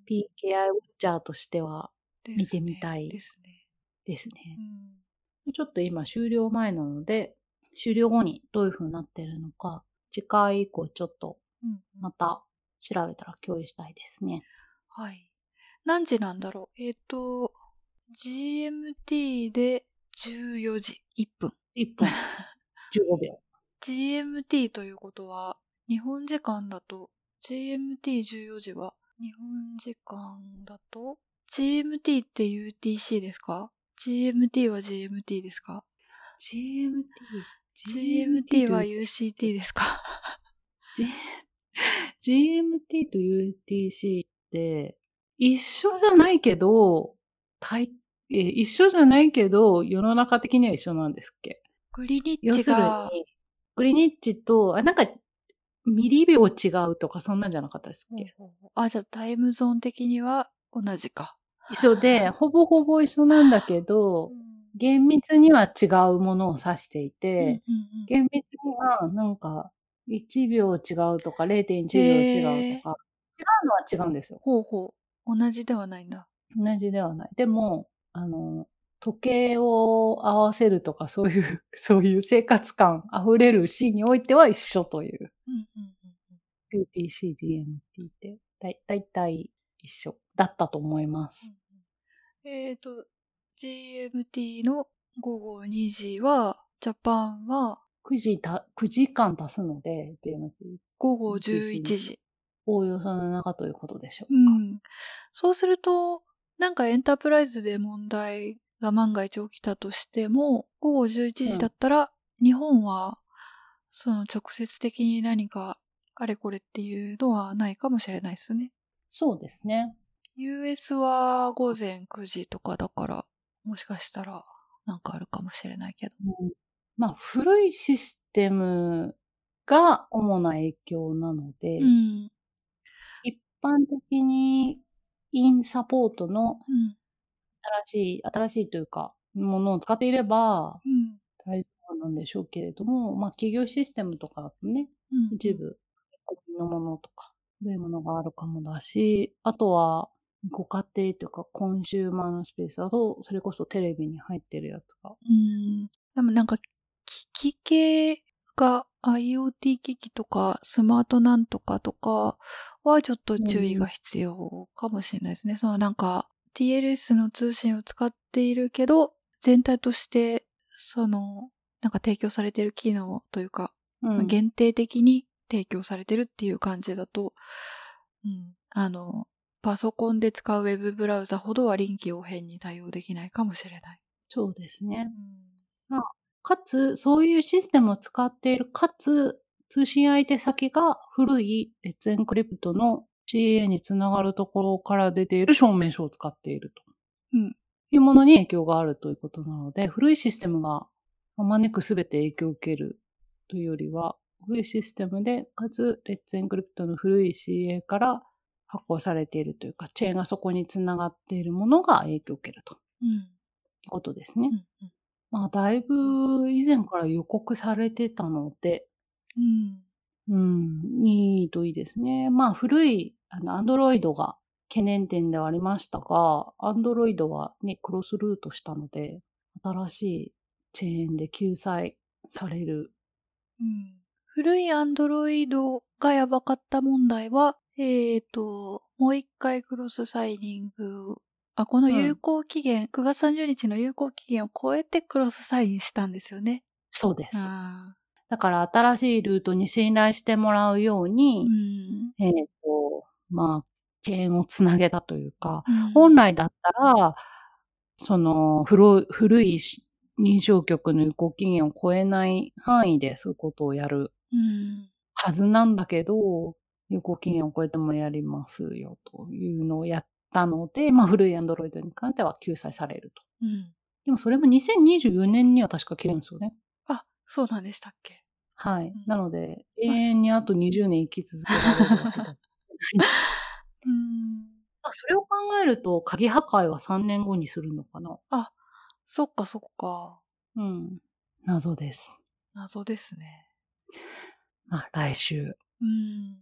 Speaker 1: ピーケーアイ ウォッチャーとしては見て
Speaker 2: ですね。
Speaker 1: みたい
Speaker 2: ですね。
Speaker 1: です
Speaker 2: う
Speaker 1: ね。
Speaker 2: ん。
Speaker 1: ちょっと今終了前なので、終了後にどういう風になってるのか、次回以降ちょっと
Speaker 2: うんうん
Speaker 1: また調べたら共有したいですね。
Speaker 2: はい。何時なんだろう。えっと、ジーエムティー でじゅうよじいっぷん。
Speaker 1: いっぷんじゅうごびょう。
Speaker 2: ジーエムティー ということは、日本時間だと、ジーエムティーじゅうよじは、日本時間だと、ジーエムティー って ユーティーシー ですか？ ジーエムティー は ジーエムティー ですか？
Speaker 1: ジーエムティー、
Speaker 2: ジーエムティー は ユーシーティー
Speaker 1: で
Speaker 2: ですか？
Speaker 1: ジーエムティー と ユーティーシー って一緒じゃないけど、たいえー一緒じゃないけど、世の中的には一緒なんですっけ？
Speaker 2: グリニッチ
Speaker 1: 要するに、
Speaker 2: が、
Speaker 1: グリニッジと、あ、なんか、ミリ秒違うとかそんなんじゃなかったですっけ？
Speaker 2: あ、じゃあタイムゾーン的には同じか。
Speaker 1: 一緒で、ほぼほぼ一緒なんだけど、厳密には違うものを指してい
Speaker 2: うん
Speaker 1: て、
Speaker 2: うんうん
Speaker 1: 厳密にはなんかいちびょう違うとかれいてんいちびょう違うと
Speaker 2: へえ、
Speaker 1: か、違うのは違うんですよ。
Speaker 2: ほうほう。同じではないんだ。
Speaker 1: 同じではない。でも、あの、時計を合わせるとかそういう、そういう生活感溢れるシーンにおいては一緒という。
Speaker 2: うんうんうんうん。
Speaker 1: ユーティーシー、ジーエムティー って、だいだいたい一緒だったと思います。
Speaker 2: えっと、ジーエムティー の午後にじは、ジャパンは
Speaker 1: くじた、くじかん足すので、ジーエムティー。
Speaker 2: 午後11
Speaker 1: ユーティーシー に
Speaker 2: 時。
Speaker 1: おおよその中ということでしょ
Speaker 2: う
Speaker 1: うか。
Speaker 2: ん。そうすると、なんかエンタープライズで問題が万が一起きたとしても、午後じゅういちじだったら、日本は、その直接的に何かあれこれっていうのはないかもしれないですね。
Speaker 1: そうですね。
Speaker 2: ユーエス は午前くじとかだから、もしかしたらなんかあるかもしれないけど。
Speaker 1: うん、まあ、古いシステムが主な影響なので、
Speaker 2: うん。
Speaker 1: 一般的にインサポートの
Speaker 2: うん。
Speaker 1: 新しい、新しいというか、ものを使っていれば
Speaker 2: うん。
Speaker 1: 大丈夫なんでしょうけれども、まあ、企業システムとかだとね、
Speaker 2: うん。
Speaker 1: 一部、コピーのものとか、古いものがあるかもだし、あとは、ご家庭というか、コンシューマーのスペースだと、それこそテレビに入ってるやつが。
Speaker 2: うん。でもなんか、機器系が IoT 機器とかスマートなんとかとかはちょっと注意が必要かもしれないですね。そのなんか ティーエルエス の通信を使っているけど、全体としてそのなんか提供されている機能というか、
Speaker 1: うん
Speaker 2: まあ限定的に提供されてるっていう感じだと、うん、あの、パソコンで使うウェブブラウザほどは臨機応変に対応できないかもしれない。
Speaker 1: そうですね。
Speaker 2: うん
Speaker 1: まあ、かつ、そういうシステムを使っている、かつ、通信相手先が古いレッツエンクリプトの シーエー につながるところから出ている証明書を使っていると
Speaker 2: うん
Speaker 1: いうものに影響があるということなので、古いシステムが招くすべて影響を受けるというよりは、古いシステムで、かつ、レッツエンクリプトの古い シーエー から発行されているというか、チェーンがそこにつながっているものが影響を受けると
Speaker 2: うん
Speaker 1: いうことですね。
Speaker 2: うんうん
Speaker 1: まあ、だいぶ以前から予告されてたので、
Speaker 2: うん
Speaker 1: うん、いいといいですね。まあ、古い、あの、アンドロイドが懸念点ではありましたが、アンドロイドはね、クロスルートしたので、新しいチェーンで救済される。
Speaker 2: うん古いアンドロイドがやばかった問題は、えっと、もう一回クロスサイニング、あ、この有効期限、くがつさんじゅうにちの有効期限を超えてクロスサインしたんですよね。
Speaker 1: そうです。
Speaker 2: あ
Speaker 1: だから新しいルートに信頼してもらうよう
Speaker 2: ーう
Speaker 1: に、
Speaker 2: ん
Speaker 1: えっと、まあ、チェーンをつなげたというか、
Speaker 2: うん
Speaker 1: 本来だったら、その、古古いし認証局の有効期限を超えない範囲でそういうことをやる
Speaker 2: うん
Speaker 1: はずなんだけど、 有効期限を超えてもやりますよというのをやったので、まあ、古い Android に関しては救済されると。
Speaker 2: うん。
Speaker 1: でもそれもにせんにじゅうよねんには確か切れるんですよね。
Speaker 2: あ、そうなんでしたっけ。
Speaker 1: はい。
Speaker 2: うん
Speaker 1: なので、永
Speaker 2: はい
Speaker 1: 遠にあとにじゅうねん生き続けられるわけだ。
Speaker 2: うーん。
Speaker 1: あ、それを考えると、鍵破壊はさんねんごにするのかな。
Speaker 2: あ、そっかそっか。
Speaker 1: うん。謎です。
Speaker 2: 謎ですね。
Speaker 1: まあ、来週、
Speaker 2: うん。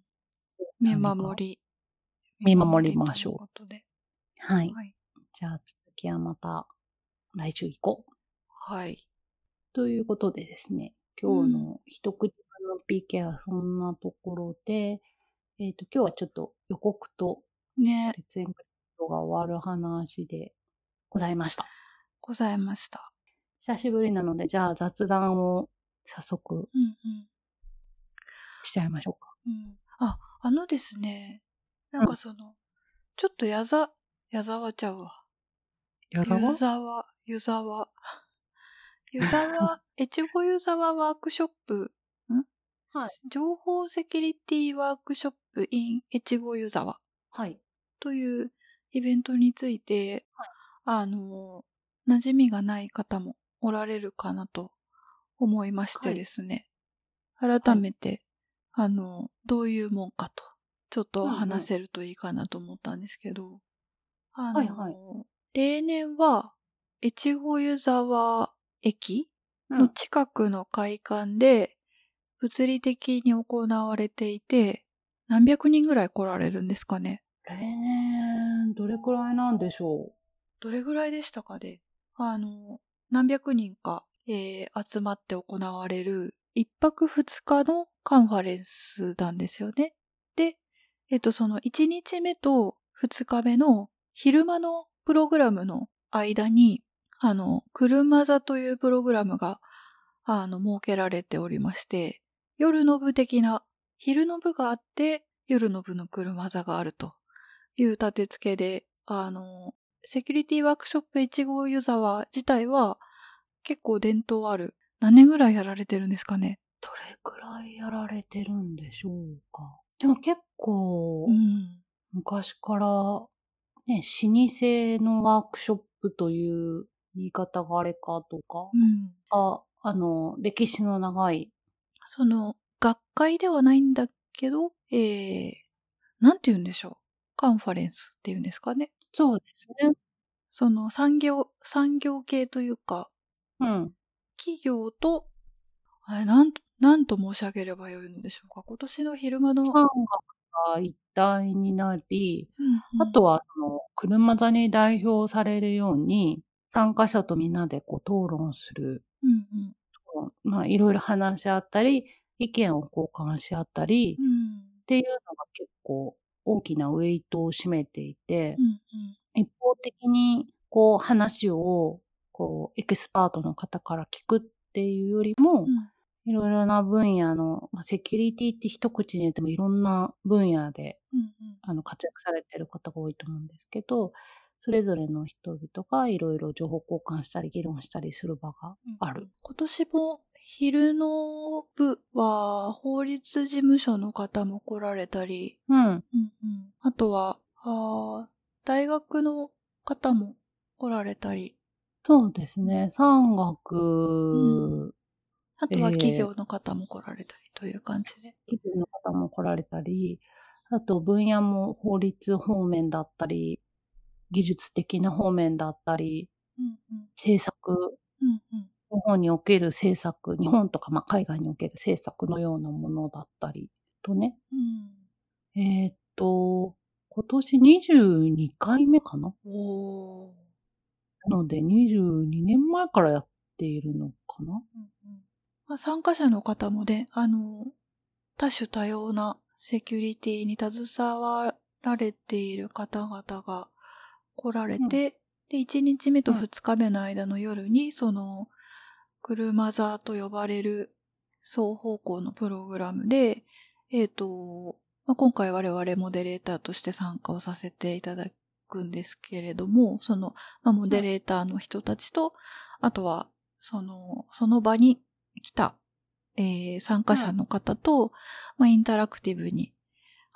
Speaker 2: 見
Speaker 1: 何か
Speaker 2: 守り。
Speaker 1: 見守りましょう
Speaker 2: ということで。
Speaker 1: はい。
Speaker 2: はい。
Speaker 1: じゃあ、続きはまた来週行こう。
Speaker 2: はい。
Speaker 1: ということでですね、今日の一口目の ピーケー はそんなところで、えっと、今日はちょっと予告と
Speaker 2: ね。
Speaker 1: 列演が終わる話でございました。
Speaker 2: ございました。
Speaker 1: 久しぶりなので、じゃあ雑談を早速
Speaker 2: うんうん。
Speaker 1: しちゃいましょうか。
Speaker 2: うん。あ、あのですね、なんかその、ちょっとやざ、やざわちゃうわ。
Speaker 1: 矢
Speaker 2: 湯
Speaker 1: 沢
Speaker 2: 沢、湯沢。湯沢、越後湯沢ワークショップ、ん
Speaker 1: はい。
Speaker 2: 情報セキュリティワークショップ in 越後湯沢
Speaker 1: はい。
Speaker 2: というイベントについて、
Speaker 1: はい
Speaker 2: あの、馴染みがない方もおられるかなと思いましてですね。改めて、あの、どういうもんかと、ちょっと話せるといいかなと思ったんですけど、あの、
Speaker 1: はいはい。
Speaker 2: 例年は、越後湯沢駅
Speaker 1: うん。
Speaker 2: の近くの会館で物理的に行われていて、何百人ぐらい来られるんですかね。
Speaker 1: 例年、どれくらいなんでしょ
Speaker 2: どれぐらいでしたかね。あの、何百人か、えー集まって行われる一泊二日のカンファレンスなんですよね。で、えっと、その一日目と二日目の昼間のプログラムの間に、あの、車座というプログラムが、あの、設けられておりまして、夜の部的な、昼の部があって、夜の部の車座があるという立て付けで、あの、セキュリティワークショップいち号ユーザー自体は結構伝統ある。何年ぐらいやられてるんですかね。
Speaker 1: う。どれくらいやられてるんでしょうか。でも結構、
Speaker 2: うん。
Speaker 1: 昔から、ね、老舗のワークショップという言い方があれかとか、
Speaker 2: うん。
Speaker 1: あ、あの、歴史の長い、
Speaker 2: その、学会ではないんだけど、えー、なんて言うんでしょう。カンファレンスっていうんですかね。
Speaker 1: そうですね。
Speaker 2: その産業、産業系というか、
Speaker 1: うん。
Speaker 2: 企業と、あれ、なんと、なんと申し上げればよいのでしょうか。今年の昼間の、
Speaker 1: 産学が一体になり、
Speaker 2: うんうん
Speaker 1: あとはその、車座に代表されるように、参加者とみんなでこう討論する、
Speaker 2: うんうん
Speaker 1: まあ、いろいろ話し合ったり、意見を交換し合ったり
Speaker 2: うん
Speaker 1: っていうのが結構大きなウェイトを占めていて、
Speaker 2: うんうん
Speaker 1: 一方的にこう話をこうエキスパートの方から聞くっていうよりも、
Speaker 2: うん
Speaker 1: いろいろな分野の、まあ、セキュリティって一口に言ってもいろんな分野で
Speaker 2: うんうん
Speaker 1: あの活躍されてる方が多いと思うんですけど、それぞれの人々がいろいろ情報交換したり議論したりする場がある。
Speaker 2: 今年も昼の部は法律事務所の方も来られたり、
Speaker 1: うん。
Speaker 2: うんうん、あとはあ大学の方も来られたり、
Speaker 1: そうですね。産
Speaker 2: う
Speaker 1: 学、
Speaker 2: あとは企業の方も来られたりという感じで。
Speaker 1: 企業の方も来られたり、あと分野も法律方面だったり、技術的な方面だったり、
Speaker 2: うんうん
Speaker 1: 政策、
Speaker 2: うんうん
Speaker 1: 日本における政策、日本とかまあ海外における政策のようなものだったりとね。
Speaker 2: うん
Speaker 1: えーっと、今年にじゅうにかいめかな
Speaker 2: おー
Speaker 1: なのでにじゅうにねんまえからやっているのかな
Speaker 2: うんうんまあ、参加者の方もね、あの、多種多様なセキュリティに携わられている方々が来られて、で、いちにちめとふつかめの間の夜に、その、車座と呼ばれる双方向のプログラムで、えっ、と、まあ、今回我々モデレーターとして参加をさせていただくんですけれども、その、まあ、モデレーターの人たちと、あとは、その、その場に来た、えー参加者の方と、まあ、インタラクティブに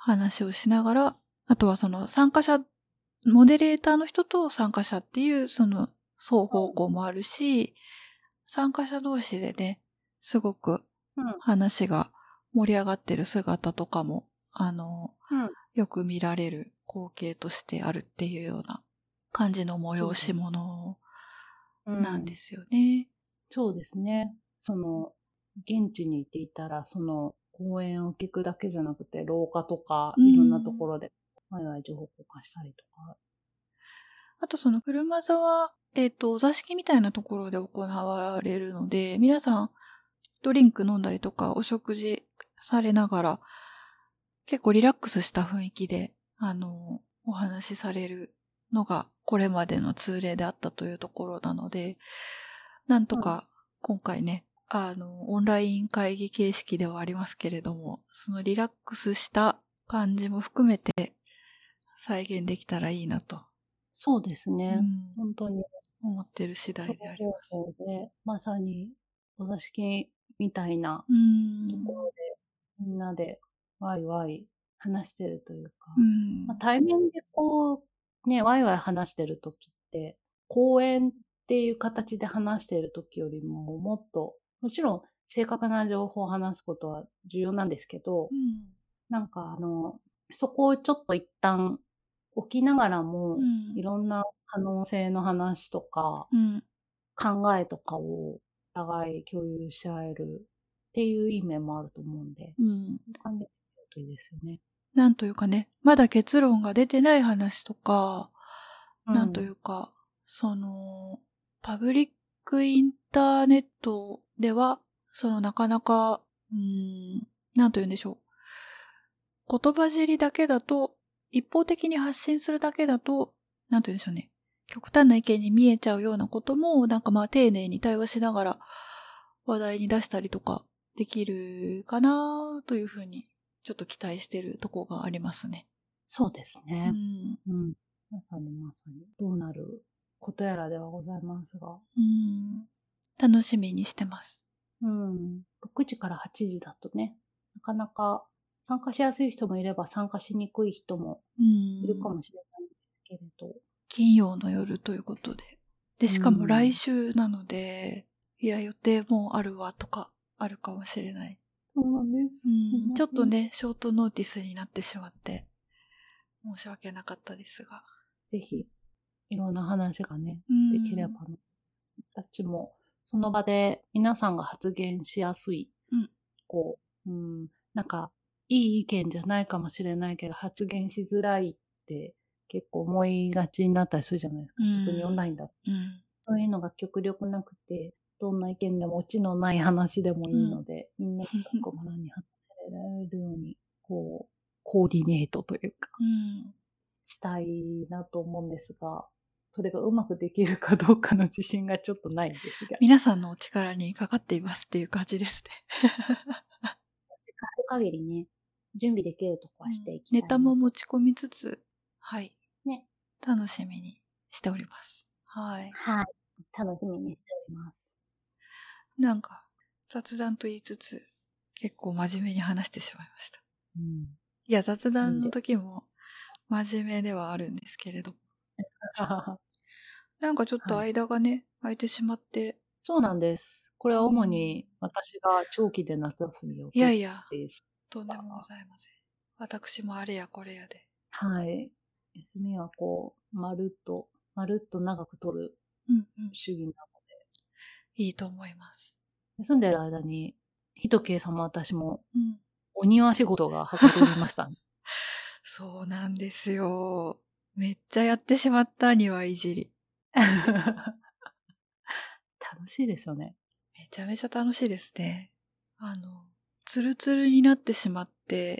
Speaker 2: 話をしながら、あとはその参加者、モデレーターの人と参加者っていうその双方向もあるし、参加者同士でね、すごく
Speaker 1: うん。
Speaker 2: 話が盛り上がってる姿とかも、あの、
Speaker 1: うん。
Speaker 2: よく見られる光景としてあるっていうような感じの催し
Speaker 1: そうです。
Speaker 2: 物
Speaker 1: うん。
Speaker 2: なんですよね。
Speaker 1: そうですね。その、現地にいていたら、その、講演を聞くだけじゃなくて、廊下とか、
Speaker 2: う
Speaker 1: いろんなと
Speaker 2: ん。
Speaker 1: ころで、ワイワイ情報交換したりとか。
Speaker 2: あとその車座は、えっ、と、お座敷みたいなところで行われるので、皆さんドリンク飲んだりとかお食事されながら、結構リラックスした雰囲気で、あの、お話しされるのがこれまでの通例であったというところなので、なんと
Speaker 1: うん。
Speaker 2: か今回ね、あの、オンライン会議形式ではありますけれども、そのリラックスした感じも含めて再現できたらいいなと、
Speaker 1: そうです
Speaker 2: う
Speaker 1: ね。
Speaker 2: ん、
Speaker 1: 本当に、
Speaker 2: 思ってる次
Speaker 1: その
Speaker 2: 第であり
Speaker 1: 方
Speaker 2: ます。
Speaker 1: 法で、まさに、お座敷みたいな
Speaker 2: う
Speaker 1: とこ
Speaker 2: ん、
Speaker 1: ろで、みんなでワイワイ話してるというか、
Speaker 2: う
Speaker 1: まあ、
Speaker 2: ん、
Speaker 1: 対面でこう、ね、ワイワイ話してる時って、講演っていう形で話している時よりも、もっと、もちろん正確な情報を話すことは重要なんですけど、
Speaker 2: うん、
Speaker 1: なんかあの、そこをちょっと一旦置きながらも、
Speaker 2: うん、
Speaker 1: いろんな可能性の話とか、
Speaker 2: うん、
Speaker 1: 考えとかをお互い共有し合えるっていういい面もあると思うんで、
Speaker 2: うん。
Speaker 1: 感じるといいですよね。
Speaker 2: なんというかね、まだ結論が出てない話とか、なんとい
Speaker 1: うん。
Speaker 2: うか、その、パブリックインターネットでは、そのなかなか、うーん、なんというんでしょう。言葉尻だけだと、一方的に発信するだけだと、なんというんでしょうね。極端な意見に見えちゃうようなことも、なんかまあ丁寧に対話しながら話題に出したりとかできるかなというふうに、ちょっと期待してるとこがありますね。
Speaker 1: そうです
Speaker 2: う
Speaker 1: ね。
Speaker 2: ん。
Speaker 1: うん。まさにまさに。どうなることやらではございますが。
Speaker 2: うん。楽しみにしてます。
Speaker 1: うん。ろくじからはちじだとね、なかなか参加しやすい人もいれば参加しにくい人も
Speaker 2: う
Speaker 1: いるか
Speaker 2: ん。
Speaker 1: もしれないんですけれど。
Speaker 2: 金曜の夜ということで。で、
Speaker 1: う
Speaker 2: しかも来
Speaker 1: ん。
Speaker 2: 週なので、いや、予定もうあるわとか、あるかもしれない。
Speaker 1: そうなんです。
Speaker 2: うん。
Speaker 1: すいません。
Speaker 2: ちょっとね、ショートノーティスになってしまって、申し訳なかったですが。
Speaker 1: ぜひ、いろんな話がね、
Speaker 2: う
Speaker 1: できれば
Speaker 2: ん。
Speaker 1: な、たちも、その場で皆さんが発言しやすい、
Speaker 2: うん。
Speaker 1: こう、うん、なんか、いい意見じゃないかもしれないけど、発言しづらいって結構思いがちになったりするじゃないですか。
Speaker 2: う
Speaker 1: 特にオンラ
Speaker 2: ん。
Speaker 1: インだと。
Speaker 2: うん。
Speaker 1: そういうのが極力なくて、どんな意見でもオチのない話でもいいので、みんながまに話せられるように、こう、コーディネートというか、
Speaker 2: うん。
Speaker 1: したいなと思うんですが、それがうまくできるかどうかの自信がちょっとないんですが、
Speaker 2: 皆さんのお力にかかっていますっていう感じですね。
Speaker 1: 使える限りね、準備できるとこ
Speaker 2: うん、
Speaker 1: はしていき
Speaker 2: ネタも持
Speaker 1: たいなと。
Speaker 2: ち込みつつ、はい、
Speaker 1: ね。
Speaker 2: 楽しみにしております。はい。
Speaker 1: はい。楽しみにしております。
Speaker 2: なんか、雑談と言いつつ、結構真面目に話してしまいました。
Speaker 1: うん。
Speaker 2: いや、雑談の
Speaker 1: いいんで。
Speaker 2: 時も真面目ではあるんですけれど。なんかちょっと
Speaker 1: はい。
Speaker 2: 間がね、空いてしまって、
Speaker 1: そうなんです。これは
Speaker 2: うん、
Speaker 1: 主に私が長期で夏休みを取っ
Speaker 2: いやいや、
Speaker 1: てし
Speaker 2: とんでもご
Speaker 1: まった。
Speaker 2: ざいません。私もあれやこれやで。
Speaker 1: はい。休みはこう、まるっと、まるっと長く取る
Speaker 2: うんうん。
Speaker 1: 主義なの
Speaker 2: いいと思います。
Speaker 1: で、住んでる間に、ひとけいさんも私も
Speaker 2: うん。
Speaker 1: お庭仕事がはかどりましたね。
Speaker 2: そうなんですよ。めっちゃやってしまった庭いじり。
Speaker 1: 楽しいですよね。
Speaker 2: めちゃめちゃ楽しいですね。あの、ツルツルになってしまって、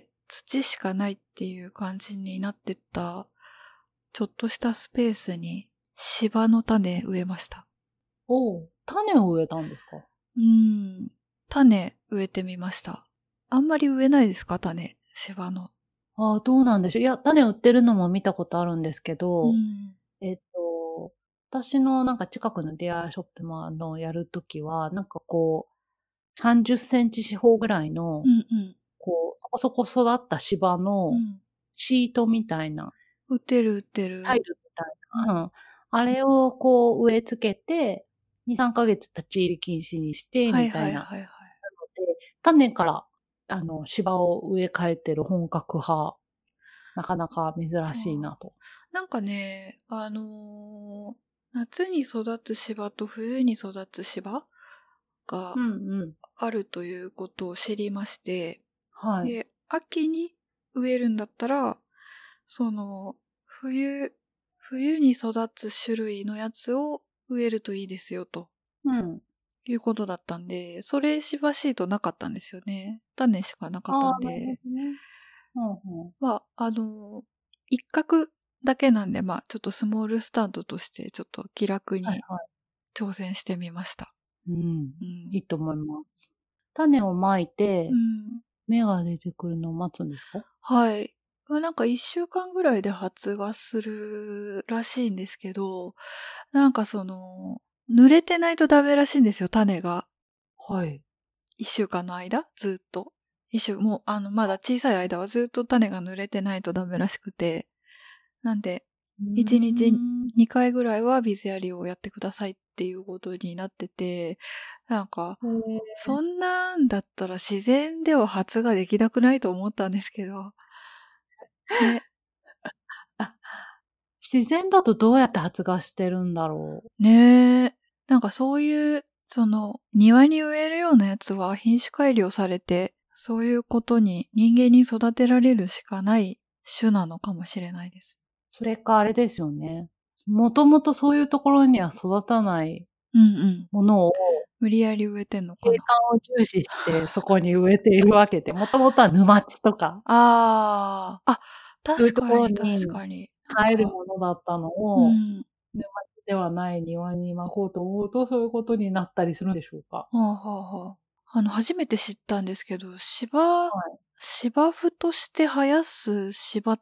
Speaker 2: 土しかないっていう感じになってた、ちょっとしたスペースに芝の種植えました。
Speaker 1: おお、種を植えたんですか？
Speaker 2: うーん。種植えてみました。あんまり植えないですか種、芝の。
Speaker 1: ああ、どうなんでしょう。いや、種売ってるのも見たことあるんですけ
Speaker 2: う
Speaker 1: ど、
Speaker 2: ん。
Speaker 1: えっと、私のなんか近くのディアショップもあの、やるときは、なんかこう、さんじゅっセンチ四方ぐらいの、
Speaker 2: うんうん。
Speaker 1: こう、そこそこ育った芝
Speaker 2: う
Speaker 1: の
Speaker 2: ん。
Speaker 1: シートみたいな
Speaker 2: 売ってる売って
Speaker 1: タイ
Speaker 2: る。
Speaker 1: ルみたいな、
Speaker 2: うん。
Speaker 1: うん。あれをこう植え付けて、に、さんかげつ立ち入り禁止にして
Speaker 2: はい
Speaker 1: みたいな。
Speaker 2: はいはいはい。
Speaker 1: なので、種からあの芝を植え替えてる本格派、なかなか珍しいな
Speaker 2: はあ。
Speaker 1: と。
Speaker 2: なんかね、あの、夏に育つ芝と冬に育つ芝が
Speaker 1: うんうん。
Speaker 2: あるということを知りまして、
Speaker 1: はい。
Speaker 2: で、秋に植えるんだったら、その、冬、冬に育つ種類のやつを植えるといいですよと
Speaker 1: うん。
Speaker 2: いうことだったんで、それ芝シートなかったんですよね。種しかなかった
Speaker 1: ああ、なるほ
Speaker 2: んで、
Speaker 1: どね。うんうん。
Speaker 2: まあ、あの、一角だけなんで、まあ、ちょっとスモールスタンドとしてちょっと気楽に
Speaker 1: はいはい。
Speaker 2: 挑戦してみました。
Speaker 1: うん。
Speaker 2: うん。
Speaker 1: いいと思います。種をまいて、
Speaker 2: うん。
Speaker 1: 芽が出てくるのを待つんですか？
Speaker 2: はい。まあ、なんか一週間ぐらいで発芽するらしいんですけど、なんかその、濡れてないとダメらしいんですよ、種が。
Speaker 1: はい。
Speaker 2: 一週間の間、ずっと。一週、もう、あの、まだ小さい間はずっと種が濡れてないとダメらしくて。なんで、
Speaker 1: うー
Speaker 2: 一日
Speaker 1: ん。
Speaker 2: にかいぐらいは水やりをやってくださいっていうことになってて、なんか、
Speaker 1: へえ。
Speaker 2: そんなんだったら自然では発芽できなくないと思ったんですけど。ね。
Speaker 1: あ、自然だとどうやって発芽してるんだろう。
Speaker 2: ねえ。なんかそういう、その、庭に植えるようなやつは品種改良されて、そういうことに人間に育てられるしかない種なのかもしれないです。
Speaker 1: それかあれですよね。もともとそういうところには育たない
Speaker 2: うんうん。
Speaker 1: ものを
Speaker 2: 無理やり植えてんのか
Speaker 1: 景
Speaker 2: な。
Speaker 1: 観を重視してそこに植えているわけで、もともとは沼地とか、
Speaker 2: ああ、あ、
Speaker 1: そういうところ
Speaker 2: 確かに確
Speaker 1: に
Speaker 2: かに。なん
Speaker 1: 生える
Speaker 2: か、
Speaker 1: ものだったのを、
Speaker 2: うん。
Speaker 1: 沼地ではない庭に巻こうと思うと、そういうことになったりするんでしょうか？
Speaker 2: はあはあはあ。あの、初めて知ったんですけど、芝、
Speaker 1: はい。
Speaker 2: 芝生として生やす芝って、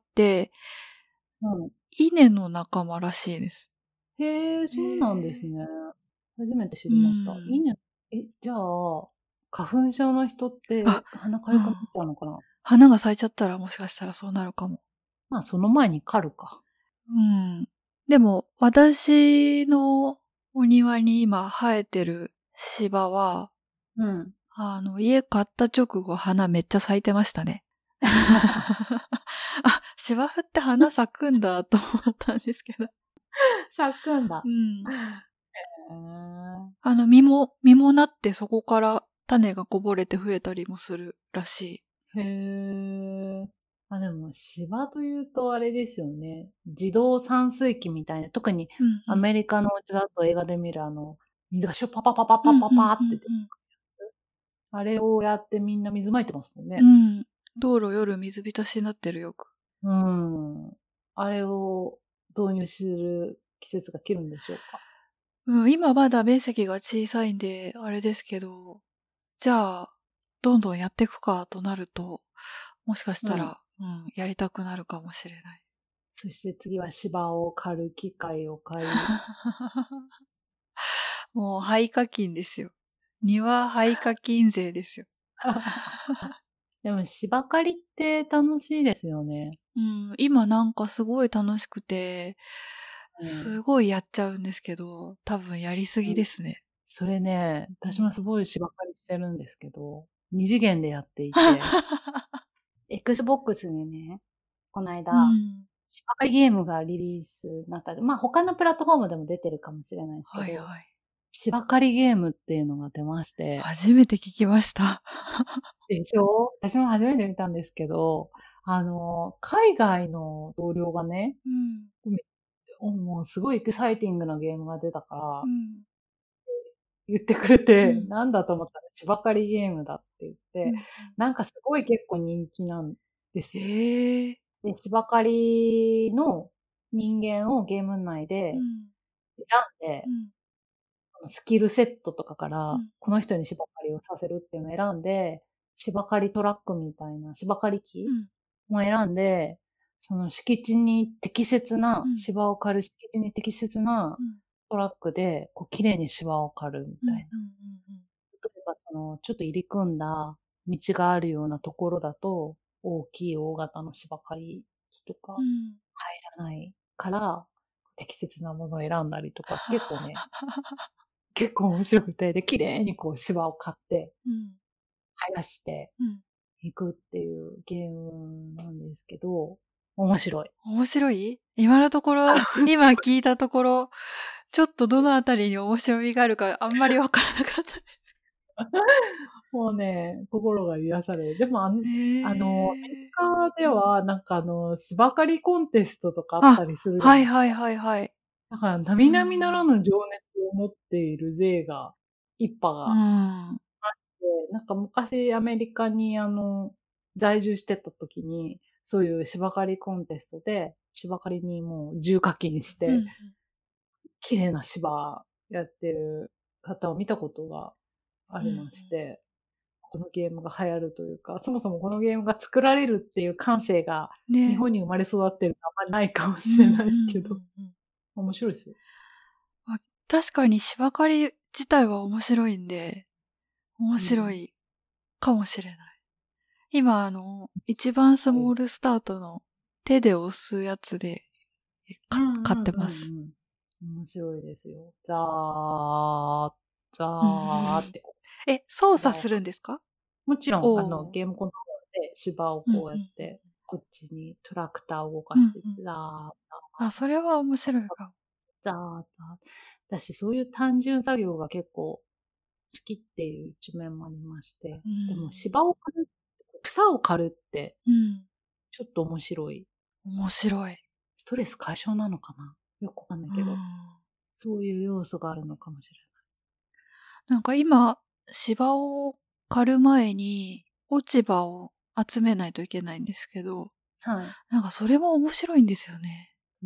Speaker 1: うん。
Speaker 2: 稲の仲間らしいです。
Speaker 1: へえ、
Speaker 2: へ
Speaker 1: そうなんです
Speaker 2: え。
Speaker 1: ね。初めて知
Speaker 2: う
Speaker 1: りました。いい
Speaker 2: ん。
Speaker 1: ね。え、じゃあ、花粉症の人っ
Speaker 2: あ、
Speaker 1: て鼻
Speaker 2: うん。
Speaker 1: 痒くなっちゃうのかな？
Speaker 2: 花が咲いちゃったらもしかしたらそうなるかも。
Speaker 1: まあ、その前に狩るか。
Speaker 2: うん。でも、私のお庭に今生えてる芝は、
Speaker 1: うん。
Speaker 2: あの、家買った直後花めっちゃ咲いてましたね。あ、芝生って花咲くんだと思ったんですけど。
Speaker 1: 咲くんだ。
Speaker 2: うん。
Speaker 1: へえ。
Speaker 2: あの、実も、実もなってそこから種がこぼれて増えたりもするらしい。
Speaker 1: へえ。あ、でも芝というとあれですよね。自動散水機みたいな、特に
Speaker 2: うんうん。
Speaker 1: アメリカのお家だと映画で見るあの、水がシュッパパパパ
Speaker 2: うん、
Speaker 1: パパ
Speaker 2: うん、
Speaker 1: パって出て
Speaker 2: うん、
Speaker 1: あれをやってみんな水まいてますもん
Speaker 2: う
Speaker 1: ね。
Speaker 2: ん。うん。道路夜水浸しになってるよく。
Speaker 1: うん。あれを導入する季節が来るんでしょうか？
Speaker 2: うん、今まだ面積が小さいんで、あれですけど、じゃあ、どんどんやっていくかとなると、もしかし
Speaker 1: うん。
Speaker 2: たら、うん、やりたくなるかもしれない。
Speaker 1: そして次は芝を刈る機械を買い。
Speaker 2: もう廃課金ですよ。庭廃課金税ですよ。
Speaker 1: でも芝刈りって楽しいですよね。
Speaker 2: うん、今なんかすごい楽しくて、
Speaker 1: うん。
Speaker 2: すごいやっちゃうんですけど、多分やりすぎ
Speaker 1: うん。
Speaker 2: ですね。
Speaker 1: それね、
Speaker 2: うん。
Speaker 1: 私もすごい芝刈りしてるんですけど、に次元でやっていて、Xbox でね、この間、
Speaker 2: うん。
Speaker 1: 芝刈りゲームがリリースなったまあ、他のプラットフォームでも出てるかもしれないですけど、
Speaker 2: はいはい。
Speaker 1: 芝刈りゲームっていうのが出まして、
Speaker 2: 初めて聞きました。
Speaker 1: でしょ？私も初めて見たんですけど、あの、海外の同僚がね、
Speaker 2: うん。
Speaker 1: めもうすごいエキサイティングなゲームが出たから
Speaker 2: うん。
Speaker 1: 言ってくれて、
Speaker 2: うん。
Speaker 1: なんだと思ったら芝刈りゲームだって言って、
Speaker 2: うん。
Speaker 1: なんかすごい結構人気なんですよ。
Speaker 2: へえ。
Speaker 1: で、芝刈りの人間をゲーム内で
Speaker 2: うん。
Speaker 1: 選んで、
Speaker 2: うん。
Speaker 1: スキルセットとかから、
Speaker 2: うん。
Speaker 1: この人に芝刈りをさせるっていうのを選んで、芝刈りトラックみたいな芝刈り機
Speaker 2: うん。
Speaker 1: も選んで、その敷地に適切な、
Speaker 2: うん。
Speaker 1: 芝を刈る敷地に適切な
Speaker 2: うん。
Speaker 1: トラックで、こう綺麗に芝を刈るみ
Speaker 2: うん。うん。
Speaker 1: たいな。
Speaker 2: うん。
Speaker 1: 例えばその、ちょっと入り組んだ道があるようなところだと、大きい大型の芝刈り機とか
Speaker 2: うん。
Speaker 1: 入らないから、適切なものを選んだりとか、結構ね、結構面白くて、で、綺麗にこう芝を刈って、
Speaker 2: うん。
Speaker 1: 生やして
Speaker 2: うん。
Speaker 1: いくっていうゲームなんですけど、面白い。
Speaker 2: 面白い？今のところ、今聞いたところ、ちょっとどのあたりに面白みがあるかあんまりわからなかったです。
Speaker 1: もうね、心が癒される。でも、あんあの、アメリ
Speaker 2: へえ。
Speaker 1: カでは、なんかあの、芝刈りコンテストとかあっ
Speaker 2: あ、
Speaker 1: たりするじゃない
Speaker 2: はいはいはいはい。
Speaker 1: だから
Speaker 2: う
Speaker 1: 並々なら
Speaker 2: ん。
Speaker 1: ぬ情熱を持っている勢が一派
Speaker 2: う
Speaker 1: が
Speaker 2: ん。
Speaker 1: で、なんか昔アメリカにあの、在住してた時に、そういう芝刈りコンテストで、芝刈りにもう重課金し
Speaker 2: うんう
Speaker 1: て、
Speaker 2: ん。
Speaker 1: 綺麗な芝やってる方を見たことがあ
Speaker 2: うんう
Speaker 1: りまし
Speaker 2: ん。
Speaker 1: て、このゲームが流行るというか、そもそもこのゲームが作られるっていう感性が日
Speaker 2: ね。
Speaker 1: 本に生まれ育ってるのはあんまりないかも
Speaker 2: うんうんう
Speaker 1: しれないですけど、
Speaker 2: んうん。
Speaker 1: 面白いですよ。
Speaker 2: あ、確かに芝刈り自体は面白いんで、面
Speaker 1: うん。
Speaker 2: 白いかもしれない。今あの、一番ス
Speaker 1: はい。
Speaker 2: モールスタートの手で押すやつで、え、か買っ
Speaker 1: うんうん
Speaker 2: てます。
Speaker 1: うんうん。面白いですよ。ザー、ザ
Speaker 2: うんう
Speaker 1: ーっ
Speaker 2: ん。
Speaker 1: てこう、
Speaker 2: え、操作す
Speaker 1: 芝をか
Speaker 2: るんですか？
Speaker 1: もちろん、あの、
Speaker 2: おお。
Speaker 1: ゲームコントローラーで芝を
Speaker 2: うんうん
Speaker 1: こうやって、こっちにトラクターを動
Speaker 2: うん。
Speaker 1: かして、
Speaker 2: うんうん。
Speaker 1: ザー、
Speaker 2: あ、それは面白いかも。
Speaker 1: ザー、ザー。だし、そういう単純作業が結構好きっていう一面もありまして、
Speaker 2: う
Speaker 1: でも
Speaker 2: ん。
Speaker 1: 芝を刈る、草を刈るって
Speaker 2: うん。
Speaker 1: ちょっと面白い。
Speaker 2: 面白い。
Speaker 1: ストレス解消なのかなよくわかんない
Speaker 2: う
Speaker 1: けど、
Speaker 2: ん。
Speaker 1: そういう要素があるのかもしれ
Speaker 2: なんか今、芝を刈る前に落ち葉を集めないといけないんですけど、
Speaker 1: ない。はい。
Speaker 2: なんかそれも面白いんですよね。
Speaker 1: うん。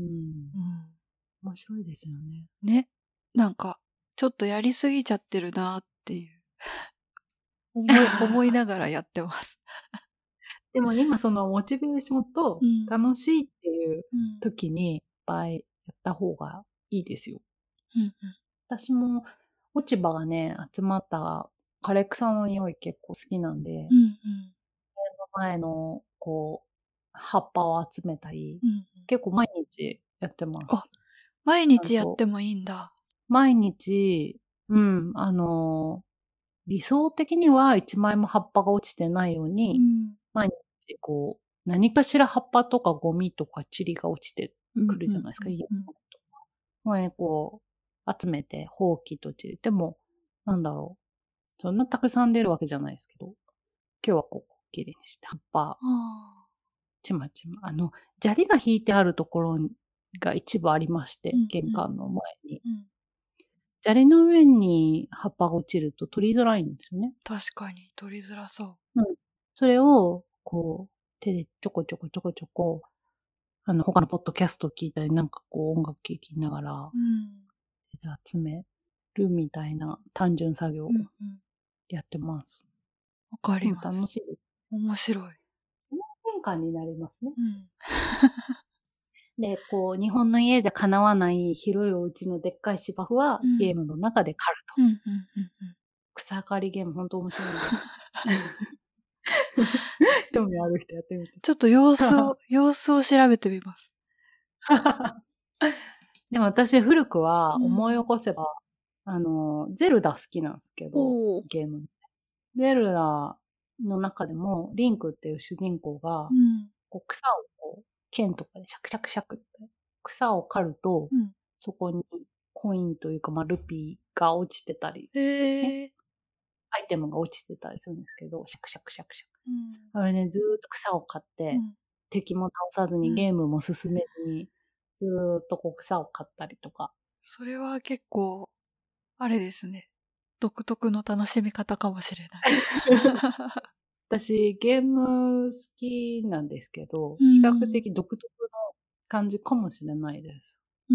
Speaker 2: うん。
Speaker 1: 面白いですよね。
Speaker 2: ね。なんか、ちょっとやりすぎちゃってるなっていう、思い、思いながらやってます。
Speaker 1: でも今そのモチベーションと
Speaker 2: うん。
Speaker 1: 楽しいっていう
Speaker 2: うん。
Speaker 1: 時にいっぱいやった方がいいですよ。
Speaker 2: うんうん。
Speaker 1: 私も落ち葉がね、集まった枯れ草の匂い結構好きなんで、
Speaker 2: うんうん。
Speaker 1: 前のこう、葉っぱを集めたり、
Speaker 2: うんうん。
Speaker 1: 結構毎日やってま
Speaker 2: あ、
Speaker 1: す。
Speaker 2: 毎
Speaker 1: ちゃんと。
Speaker 2: 日やってもいいんだ。
Speaker 1: 毎日、うん、あの、理想的にはいちまいも葉っぱが落ちてないように、
Speaker 2: うん。
Speaker 1: 毎日こう、何かしら葉っぱとかゴミとか塵が落ちてく
Speaker 2: うんうん
Speaker 1: るじゃないですか、
Speaker 2: うんうん。
Speaker 1: 家のとか。まあこう、集めて、ほうきと塵。でも、なんだろう。そんなたくさん出るわけじゃないですけど、今日はこう、綺麗にして、葉っぱ、
Speaker 2: ああ。
Speaker 1: ちまちま。あの、砂利が引いてあるところが一部ありまして、
Speaker 2: うんうん。
Speaker 1: 玄関の前に。
Speaker 2: うん。
Speaker 1: 砂利の上に葉っぱが落ちると取りづらいんですよね。
Speaker 2: 確かに取りづらそう。
Speaker 1: うん。それを、こう、手でちょこちょこちょこちょこ、あの、他のポッドキャストを聞いたり、なんかこう音楽聴きながら、
Speaker 2: うん。
Speaker 1: 手で集めるみたいな単純作業を
Speaker 2: うんうん。
Speaker 1: やってます。
Speaker 2: わか
Speaker 1: でも
Speaker 2: ります。
Speaker 1: 楽しいです。
Speaker 2: 面白い。
Speaker 1: 変換になりますね。
Speaker 2: うん。
Speaker 1: で、こう、日本の家じゃ叶わない広いお家のでっかい芝生は
Speaker 2: うん。
Speaker 1: ゲームの中で刈ると。
Speaker 2: うんうんうんうん。
Speaker 1: 草刈りゲームほんと面白いんで。興味ある人やってみて。
Speaker 2: ちょっと様子を様子を調べてみます。
Speaker 1: でも私古くは思い
Speaker 2: うん。
Speaker 1: 起こせば、あの、ゼルダ好きなんすけど、
Speaker 2: おお。
Speaker 1: ゲーム。ゼルダの中でも、リンクっていう主人公が、
Speaker 2: うん。
Speaker 1: こう草をこう、剣とかでシャクシャクシャクって、草を刈ると、
Speaker 2: うん。
Speaker 1: そこにコインというか、ま、ルピーが落ちてたり、ね、
Speaker 2: へえ。
Speaker 1: アイテムが落ちてたりするんですけど、シャクシャクシャクシャク。
Speaker 2: うん。
Speaker 1: あれね、ずっと草を刈って、
Speaker 2: うん。
Speaker 1: 敵も倒さずに、
Speaker 2: うん。
Speaker 1: ゲームも進めずに、ずっとこう草を刈ったりとか。
Speaker 2: それは結構、あれですね。独特の楽しみ方かもしれない。
Speaker 1: 私、ゲーム好きなんですけど、
Speaker 2: う
Speaker 1: 比較
Speaker 2: ん。
Speaker 1: 的独特の感じかもしれないです。
Speaker 2: うん。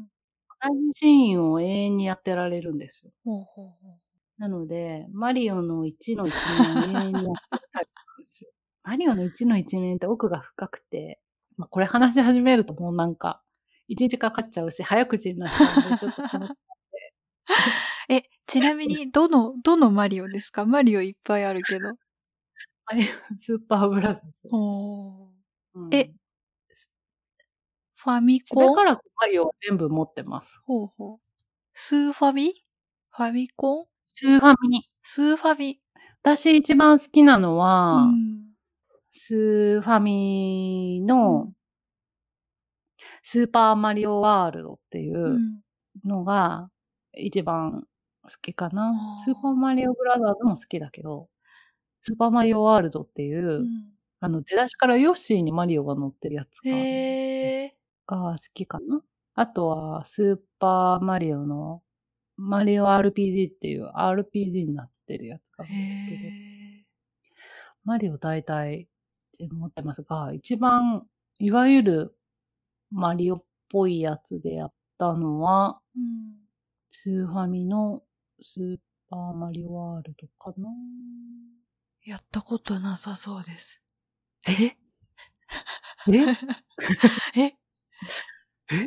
Speaker 1: 同じシーンを永遠にやってられるんですよ。
Speaker 2: ほうほうほう。
Speaker 1: なので、マリオのいちの一面を永遠にやってるタイプなんですよ。マリオのいちの一面って奥が深くて、ま、これ話し始めるともうなんか、いちにちかかっちゃうし、早口になっちゃうんで、ちょっとこの
Speaker 2: え、ちなみにどのどのマリオですか？マリオいっぱいあるけど。
Speaker 1: マリオスーパーブラザーズ。
Speaker 2: おー。
Speaker 1: うん、
Speaker 2: え、ファミ
Speaker 1: しば
Speaker 2: コン
Speaker 1: らくマリオは全部持ってます。
Speaker 2: ほうほう。スーファミファミコン
Speaker 1: スーファミ。
Speaker 2: スーファミ。
Speaker 1: 私一番好きなの
Speaker 2: う
Speaker 1: は、
Speaker 2: ん。
Speaker 1: スーファミ
Speaker 2: う
Speaker 1: の
Speaker 2: ん。
Speaker 1: スーパーマリオワールドっていううんのが一番好きかな。スーパー
Speaker 2: あ
Speaker 1: マリオブラザーズも好きだけど、スーパーマリオワールドってい
Speaker 2: ーう
Speaker 1: う、
Speaker 2: ん。
Speaker 1: あの、出だしからヨッシーにマリオが乗ってるやつが
Speaker 2: へえ。
Speaker 1: が好きかな。あとは、スーパーマリオのマリオ アールピージー っていう アールピージー になってるやつがある
Speaker 2: へ
Speaker 1: んですけど、
Speaker 2: え。
Speaker 1: マリオ大体全部持ってますが、一番いわゆるマリオっぽいやつでやったのは、
Speaker 2: うん。
Speaker 1: スーファミのスーパーマリオワールドかな。
Speaker 2: やったことなさそうです。
Speaker 1: ええ
Speaker 2: え
Speaker 1: え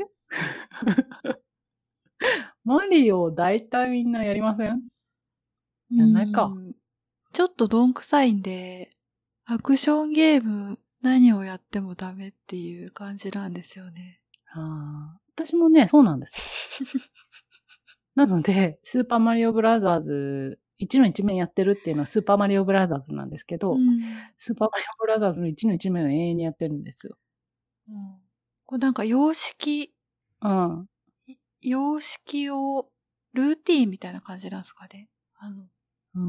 Speaker 1: マリオ大体みんなやりません？
Speaker 2: う
Speaker 1: やんないか。
Speaker 2: ん。ちょっとどんくさいんで、アクションゲーム何をやってもダメっていう感じなんですよね。
Speaker 1: ああ、私もね、そうなんですよ。なので、スーパーマリオブラザーズ、一の一面やってるっていうのはスーパーマリオブラザーズなんですけ
Speaker 2: う
Speaker 1: ど、
Speaker 2: ん。
Speaker 1: スーパーマリオブラザーズの一の一面を永遠にやってるんですよ。
Speaker 2: うん、こうなんか様式、
Speaker 1: うん。
Speaker 2: 様式をルーティーンみたいな感じなんですかね。あの、
Speaker 1: うん、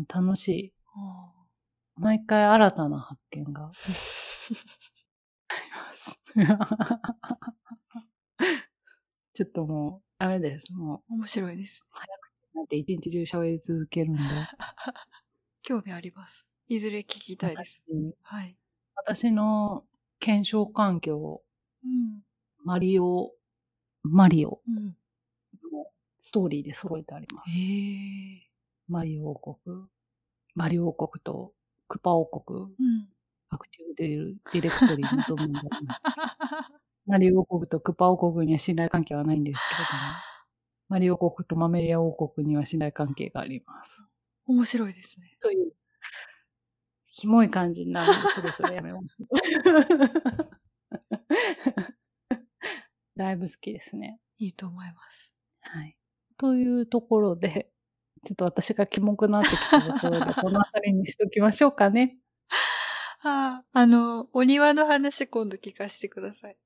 Speaker 1: 楽しい。
Speaker 2: あ
Speaker 1: 毎回新たな発見があります。ちょっともうダメです。もう
Speaker 2: 面白いです。
Speaker 1: 早口になって一日中喋り続けるんで。
Speaker 2: 興味あります。いずれ聞きたいです。
Speaker 1: 私
Speaker 2: はい。
Speaker 1: 私の検証環境、
Speaker 2: うん。
Speaker 1: マリオマリオ
Speaker 2: うん。
Speaker 1: のストーリーで揃えてありま
Speaker 2: へ
Speaker 1: す。
Speaker 2: え。
Speaker 1: マリオ王国、マリオ王国とクパ王国、
Speaker 2: うん。
Speaker 1: アクティブディディレクトリのドメインであります。マリオ王国とクパ王国には信頼関係はないんですけれども、マリオ王国とマメリア王国には信頼関係があります。
Speaker 2: 面白いですね。
Speaker 1: という、キモい感じになるんで、そろそろやめます。だいぶ好きですね。
Speaker 2: いいと思います。
Speaker 1: はい。というところで、ちょっと私がキモくなってきたところで、この辺りにしときましょうかね。
Speaker 2: ああ、あの、お庭の話今度聞かせてください。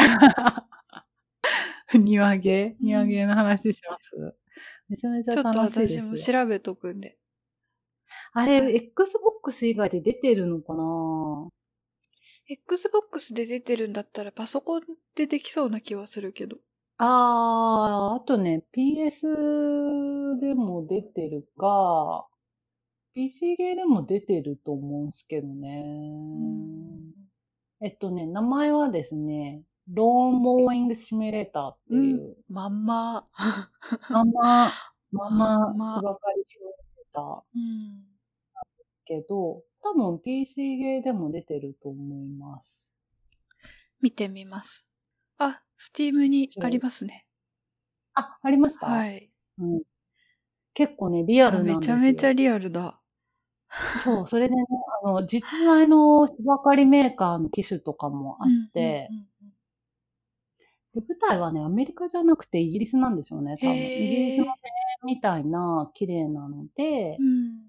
Speaker 1: 庭芸
Speaker 2: うん。
Speaker 1: 庭芸の話します。めちゃめちゃ
Speaker 2: ちょっと
Speaker 1: 楽しいで
Speaker 2: 私も
Speaker 1: すよ。
Speaker 2: 調べとくんで。
Speaker 1: あれ、
Speaker 2: はい。
Speaker 1: Xbox 以外で出てるのかな？
Speaker 2: Xbox で出てるんだったらパソコンでできそうな気はするけど。
Speaker 1: あー、あとね、ピーエス でも出てるか、ピーシー ゲーでも出てると思うんすけど
Speaker 2: う
Speaker 1: ね。
Speaker 2: ん。
Speaker 1: えっとね、名前はですね、ローンモーイングシミュレーターって
Speaker 2: うん。
Speaker 1: いう、
Speaker 2: まんま。
Speaker 1: まんま、まん
Speaker 2: ま
Speaker 1: ま
Speaker 2: んま。
Speaker 1: 芝刈りシミュレーター
Speaker 2: うん。
Speaker 1: けど、多分 ピーシー ゲーでも出てると思います。
Speaker 2: 見てみます。あ、Steam にあり
Speaker 1: そう。
Speaker 2: ますね。
Speaker 1: あ、ありました？
Speaker 2: はい。
Speaker 1: うん。結構ね、リア
Speaker 2: あ、
Speaker 1: ル
Speaker 2: め
Speaker 1: なんですよ。
Speaker 2: ちゃめちゃリアルだ。
Speaker 1: そう、それでね、あの、実在の芝刈りメーカーの機種とかもあっ
Speaker 2: うんうん
Speaker 1: て、
Speaker 2: うんうん。
Speaker 1: で、舞台はね、アメリカじゃなくてイギリスなんですよね、多分。イギリスの
Speaker 2: へえ。
Speaker 1: 庭園みたいな綺麗なので、
Speaker 2: うん。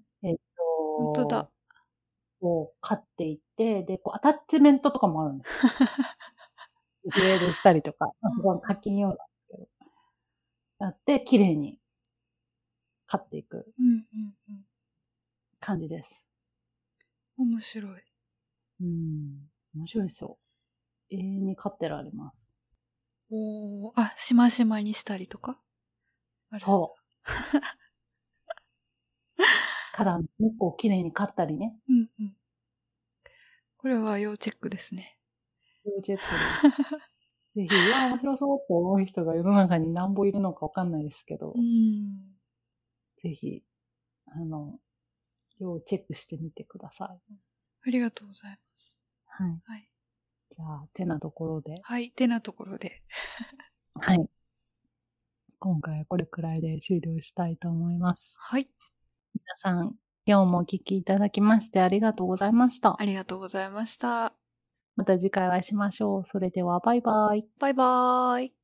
Speaker 1: えっ
Speaker 2: ほんとだ。
Speaker 1: と、こう、飼っていって、で、こう、アタッチメントとかもあるんですよ。グレードしたりとか、ま、すごい
Speaker 2: うんうん。
Speaker 1: 課金用なんですけど。やって、綺麗に飼っていく
Speaker 2: うんうんうん。
Speaker 1: 感じです。
Speaker 2: 面白い。
Speaker 1: うん。面白いですよ。永遠に飼ってられます。
Speaker 2: おお、あ、しましまにしたりとか？ある。
Speaker 1: そう。花壇結構綺麗に飼ったりね。
Speaker 2: うんうん。これは要チェックですね。
Speaker 1: 要チェックです。ぜひ、うわ、面白そうって思う人が世の中に何本いるのかわかんないですけ
Speaker 2: う
Speaker 1: ど、
Speaker 2: ん。
Speaker 1: ぜひ、あの、要チェックしてみてください。
Speaker 2: ありがとうございます。
Speaker 1: はい。
Speaker 2: はい。
Speaker 1: じゃあ、てなところで。
Speaker 2: はい、てなところで。
Speaker 1: はい。今回はこれくらいで終了したいと思います。
Speaker 2: はい。
Speaker 1: 皆さん、 今日もお聞きいただきましてありがとうございました。
Speaker 2: ありがとうございました。
Speaker 1: また次回お会いしましょう。それではバイバイ。
Speaker 2: バイバーイ。